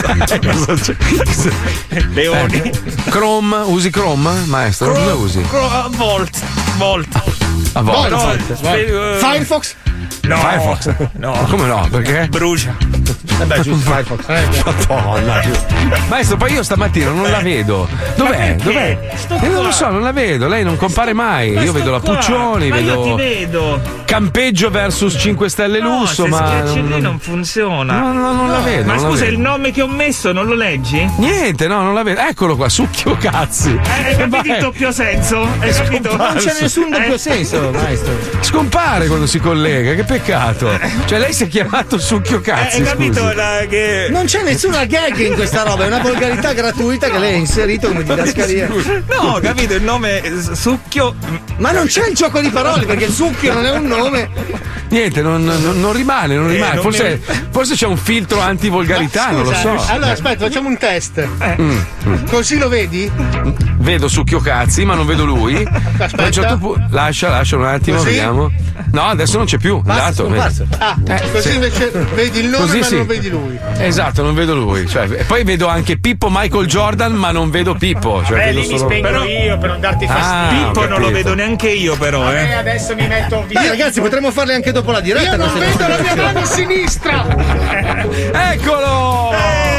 Leoni. Chrome, usi Chrome, maestro? Cosa usi? Volt. A volte. Firefox? No. Firefox? No. Ma come no? Perché? Brucia. Vabbè, giusto, Firefox. Madonna. Maestro, poi io stamattina non la vedo. Dov'è? Dov'è? Non lo so, non la vedo. Lei non compare mai. Io vedo la Puccioni, Ma io ti vedo vedo. Campeggio versus 5 Stelle Lusso, se ma. schiacci lì non funziona. Non la vedo. Ma non la scusa, vedo. il nome che ho messo non lo leggi? Niente, no, non la vedo. Eccolo qua, succhio cazzi. Hai capito il Vai. doppio senso? Hai capito? Non c'è nessun doppio senso, maestro. Scompare quando si collega, che peccato. Cioè, lei si è chiamato succhio cazzi. Hai capito scusi. che. Non c'è nessuna gag in questa roba, è una volgarità gratuita che lei ha inserito come didascalia. No, ho capito il nome succhio. Ma non c'è il gioco di parole perché il succhio non è un nome. Niente, non rimane, non rimane. non Forse c'è un filtro anti-volgarità, non lo so. Allora, aspetta, facciamo un test. Così lo vedi? Vedo succhio cazzi, ma non vedo lui. A un certo punto. Lascia un attimo, Così? vediamo. No, adesso non c'è più. Basta, Dato, vedi. scomparso. Ah, così sì. invece vedi il nome Così ma sì. non vedi lui. Esatto, non vedo lui. Cioè, e poi vedo anche Pippo Michael Jordan, ma non vedo Pippo. Cioè, vedo lì mi solo... spengo io per non darti fastidio. Pippo non lo vedo neanche io, però, Adesso mi metto via. Dai ragazzi, potremmo farle anche dopo la diretta. Io non queste vedo la mia conversazioni. mano sinistra. Eccolo!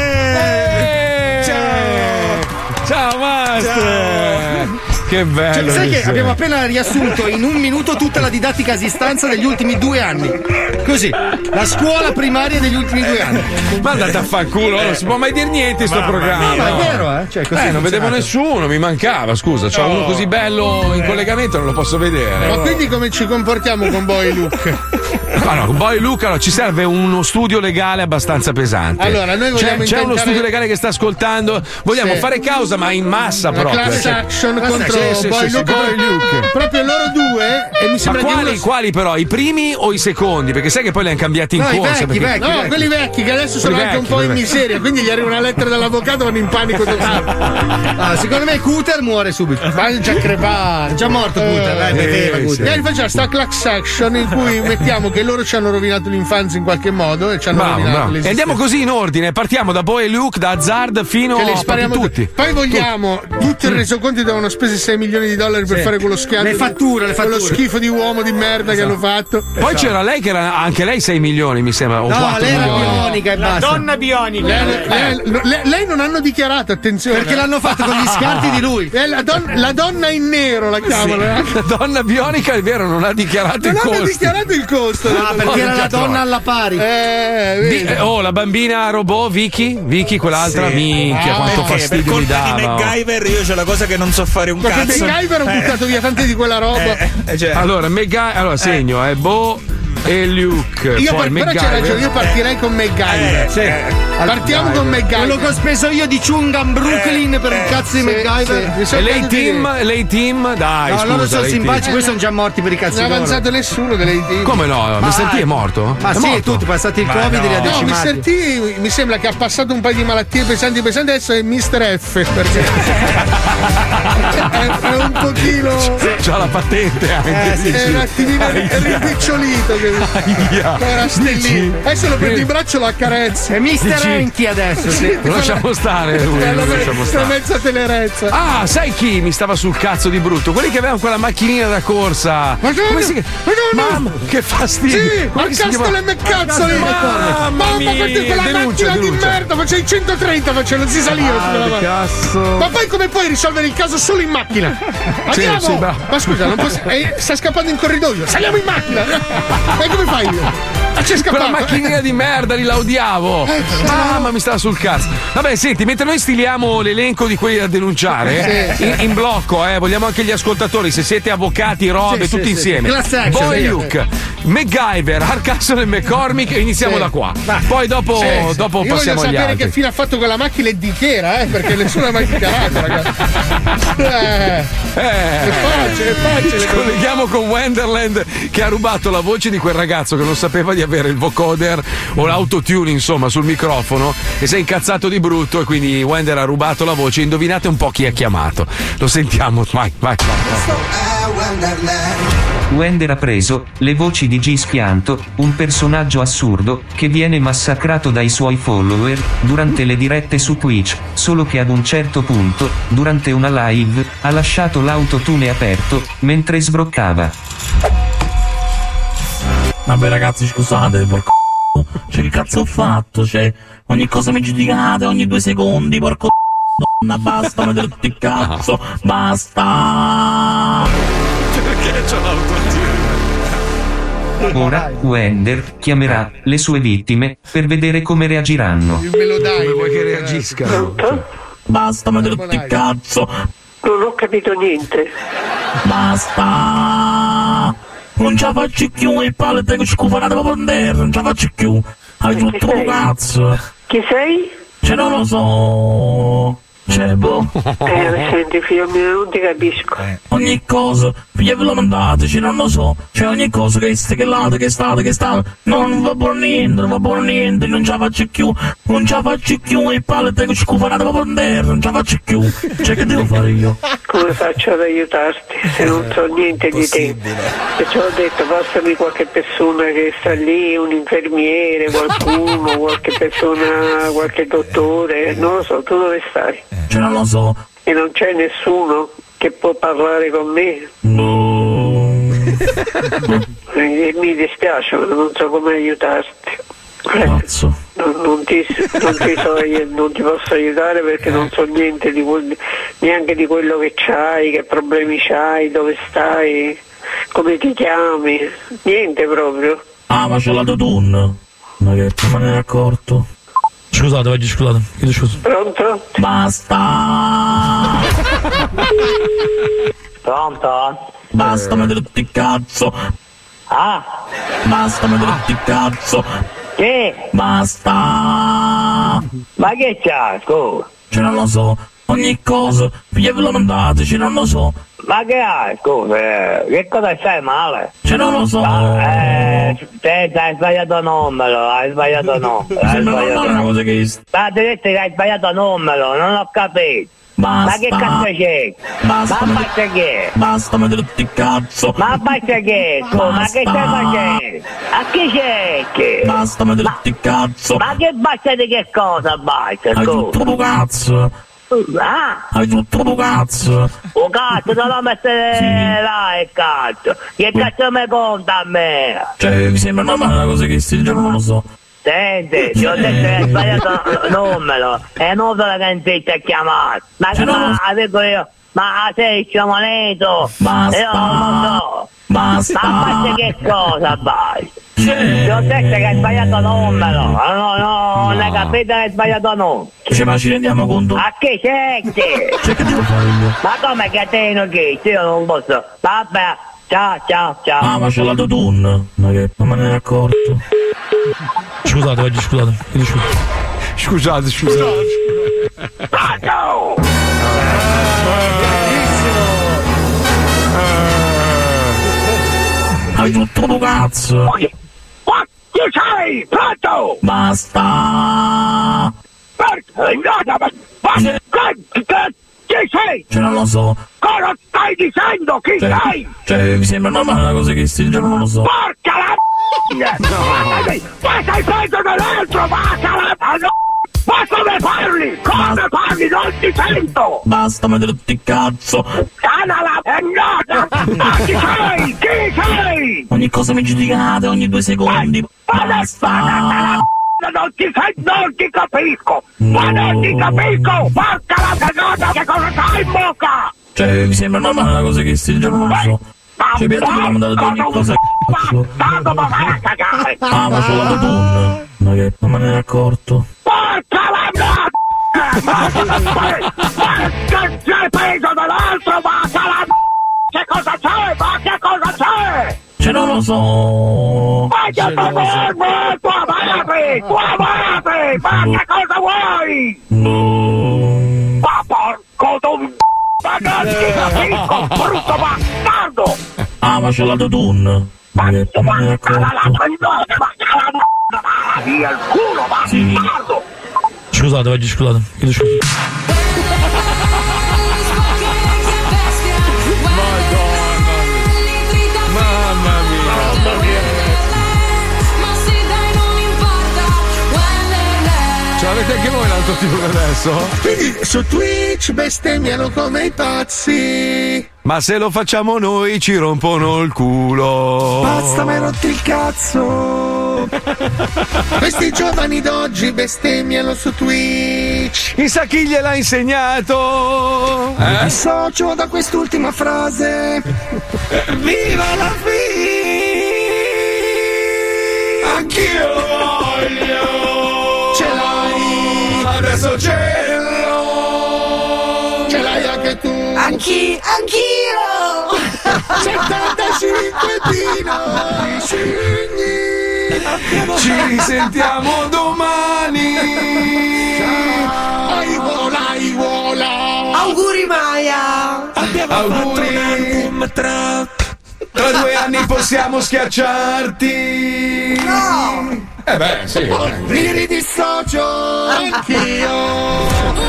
Ciao maestro! Che bello! Sai che sei. abbiamo appena riassunto in un minuto tutta la didattica a distanza degli ultimi 2 anni. Così, la scuola primaria degli ultimi 2 anni. Ma andate a fanculo, non si può mai dire niente in sto programma. No, ma è vero, Cioè, così Non vedevo nessuno, mi mancava, scusa. C'ho uno così bello in collegamento, non lo posso vedere. Ma quindi come ci comportiamo con Boy Luke? Ma no, poi Luca, allora, ci serve uno studio legale abbastanza pesante. Allora, noi vogliamo c'è uno intentare- studio legale che sta ascoltando. Vogliamo Sì. fare causa, ma in massa Una proprio. class action contro Boy Luke. Boy Luke. Proprio loro due e mi Ma sembra quali però? I primi o i secondi? Perché sai che poi li hanno cambiati in No, i corsa. vecchi, perché- no, quelli vecchi che adesso sono Quelli anche un vecchi, po' in quelli vecchi. miseria, quindi gli arriva una lettera dall'avvocato, vanno in panico totale. Secondo me Cooter muore subito. Ma è già crepato. È già morto Cooter, beveva Cooter. Ieri facciamo sta class action in cui mettiamo che loro ci hanno rovinato l'infanzia in qualche modo e ci hanno rovinato Bravo. E l'esistenza. andiamo così in ordine. Partiamo da Boy Luke, da Hazard fino Che li a spariamo tutti. Poi vogliamo tutti i resoconti devono spesi $6 milioni per Sì. fare quello schianto. Le fatture. Quello schifo di uomo di merda che hanno fatto. Poi c'era lei che era anche lei 6 milioni, mi sembra. O No, 4 lei era milioni. bionica e La basta. donna bionica. Lei non hanno dichiarato, attenzione. Perché l'hanno fatto con gli scarti di lui. La donna in nero la chiamano. La donna bionica, è vero, non ha dichiarato Non il hanno costo. dichiarato il costo. Ah, perché era la donna alla pari. Vedi. La bambina robot Vicky, quell'altra, Sì. minchia, quanto Perché? Per fastidio mi colpa di dava. MacGyver io c'è la cosa che non so fare un Perché cazzo. MacGyver ho buttato via tante di quella roba. Cioè, Allora, segno, Bo e Luke. Io Poi però c'è MacGyver. ragione, io partirei con MacGyver. Partiamo con Quello MacGyver. che ho speso io di Chungham Brooklyn per il cazzo di MacGyver. Mi sono E lei caduti team, dai, No, scusa. loro sono lei simpatici, team. poi sono già morti per i cazzi Non è loro. avanzato nessuno delle team. Come no? Mr. T è morto? Ma È sì, morto? tutti passati il Covid li ha No, decimati. Mr. T mi sembra che ha passato un paio di malattie pesanti, adesso è Mr. F. Perché è un pochino. C'ha la patente anche. È dici. un attimino rimpicciolito. Ora stai lì. Adesso lo prendi in braccio e lo accarezzi. È Mr. Dici- Enchi adesso. Sì. Lo lasciamo stare lui, lo lasciamo Una stare. mezza tenerezza. Ah, sai chi mi stava sul cazzo di brutto? Quelli che avevano quella macchinina da corsa. Come si chiama? Mamma, che fastidio. Sì, Come si chiama? Marcastolo e Meccazzoli. Mamma mia, quella denuncia, macchina di denuncia. merda, facevi 130, non si saliva su quella macchina. Cazzo. Ma poi come puoi risolvere il caso solo in macchina? Andiamo! sì, bravo. Ma scusa, non posso. Sta scappando in corridoio, saliamo in macchina! E come fai? C'è scappato. Quella macchinina di merda, li la odiavo. Ma mi stava sul cazzo. Vabbè, senti, mentre noi stiliamo l'elenco di quelli da denunciare, in blocco, vogliamo anche gli ascoltatori, se siete avvocati, robe, tutti insieme. Voi, Luke, MacGyver, Hardcastle e McCormick, iniziamo da qua. Poi dopo Io passiamo voglio agli sapere altri. che fine ha fatto quella macchina e di chi era, perché nessuno ha mai dichiarato, ragazzi. È facile. Ci colleghiamo con Wonderland che ha rubato la voce di quel ragazzo che non sapeva di avere il vocoder o l'autotune, insomma, sul microfono e si è incazzato di brutto e quindi Wender ha rubato la voce. Indovinate un po' chi ha chiamato. Lo sentiamo, vai. Wender ha preso le voci di G Spianto, un personaggio assurdo che viene massacrato dai suoi follower durante le dirette su Twitch, solo che ad un certo punto, durante una live, ha lasciato l'autotune aperto mentre sbroccava. Vabbè ragazzi, scusate, porco cioè che cazzo ho fatto? Cioè, ogni cosa mi giudicate, ogni 2 secondi, porco donna, basta, mettere tutti il cazzo, basta! Perché c'ho l'autotune? Ora, Wender chiamerà le sue vittime per vedere come reagiranno. Me lo dai? Come vuoi che reagiscano? Basta, mettere tutti il cazzo! Non ho capito niente. Basta! Non ce la faccio più, il palle tengo scufanata per terra, non ce la faccio più. Hai tutto un cazzo. Chi sei? Cioè non lo so. Cioè boh. Senti figlio mio, non ti capisco. Ogni cosa, ve lo mandate, cioè non lo so. Cioè ogni cosa che state, non va buono niente, non ce la faccio più. Non ce la faccio più, il palle tengo scufanata per terra, non ce la faccio più. Cioè che devo fare io? Come faccio ad aiutarti se non so niente di te? Perciò ho detto passami qualche persona che sta lì, un infermiere, qualcuno, qualche persona, qualche dottore, non lo so, tu dove stai? Cioè non lo so. E non c'è nessuno che può parlare con me? Mi dispiace, ma non so come aiutarti. Cazzo. Non ti posso aiutare perché non so niente di neanche di quello che c'hai, che problemi c'hai, dove stai, come ti chiami, niente proprio. Ah, ma c'è l'autotune. Ma che me ne ero accorto. Scusate, oggi scusate, chiedo scusa. Pronto? Basta! Pronto? Basta mettere tutti il cazzo! Ah! Basta mettere tutti il cazzo! Che? Basta! Ma che c'ha, scusa? Cioè non lo so, ogni cosa, ve lo mandate, cioè non lo so. Ma che hai, scusa? Che cosa stai male? Cioè non lo so. Te hai sbagliato numero, hai sbagliato numero. Sembra normale una cosa che Ma ti ho detto che hai sbagliato numero, non ho capito. Basta. Ma che cazzo c'è? Basta. Ma basta che? Basta mettere tutti il cazzo. Ma basta che? Ma che stai facendo? A chi c'è? Basta mettere tutti il cazzo. Ma che basta di che cosa basta? Hai tutto il cazzo. Ah! Hai tutto il cazzo. Oh cazzo, non lo mettere là il cazzo. Che cazzo mi conta a me? Cioè, mi sembra normale una cosa che stai dicendo, non lo so. Senti, ti ho detto che hai sbagliato numero. È inutile che non ti ha chiamato. Ma che avevo io? Ma sei moneto? Basta. Io non lo so. Basta. Ma basta che cosa vai? Ti ho detto che hai sbagliato numero. Non hai capito che hai sbagliato numero. Cioè, ma ci rendiamo conto? A che senti? Cioè, che devo fare io? Ma come che te non che? Io non posso. Vabbè, ciao. Ah, ma c'è l'autotune. Ma che non me ne ero accorto. Scusate, oggi scusate. Scusate. Hai tutto il cazzo. Chi sei? Pronto? Basta. Chi sei? Cioè non lo so. Cosa stai dicendo? Chi sei? Cioè mi sembra normale una cosa che stai dicendo, non lo so. Porca la ma sei peggio dell'altro, basta ma come parli? Come parli? Non ti sento! Basta mettere tutti il cazzo! Ma chi sei? Chi sei? Ogni cosa mi giudicate, ogni 2 secondi! Basta! Non ti capisco! Ma non ti capisco! Porca la cagata, che cosa c'hai in bocca? Cioè, mi sembra normale una cosa che stai dicendo, non lo so. Cioè, perché dobbiamo andare ad ogni cosa cazzo? Tanto ma vai a cagare! Ah, ma c'ho la donna! Ma che non me ne ero accorto. Porca la ma che c'è peso dall'altro, ma che cosa c'è? Ma che cosa c'è? Cioè, non lo so. Ma che tu amati! Ma che cosa vuoi? Ma porco tu... Ma non ti capisco, brutto bastardo! Ah, ma c'ho la donna! Ma che non me ne ero accorto. Ma via il culo, bastardo! Scusate, oggi scusate. Chiedo scusa. Mamma mia. Ce l'avete anche voi l'autotune adesso? Quindi su Twitch bestemmiano come i pazzi. Ma se lo facciamo noi ci rompono il culo. Basta, mi hai rotto il cazzo. Questi giovani d'oggi bestemmiano su Twitch. Chissà chi gliel'ha insegnato. Mi dissocio da quest'ultima frase. Viva la Anch'io lo voglio. Ce l'hai. Adesso ce l'ho. Ce l'hai anche tu. Anch'io. 75 Pino. Ci risentiamo domani. Ai vola. Auguri Maya. Auguri. Tra 2 anni possiamo schiacciarti. No. Beh, sì. Mi ridissocio anch'io.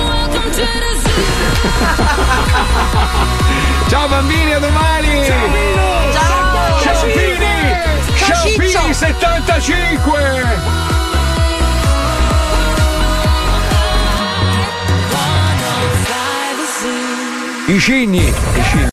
Ciao bambini, a domani. Ciao. Sciampini 75. I cigni.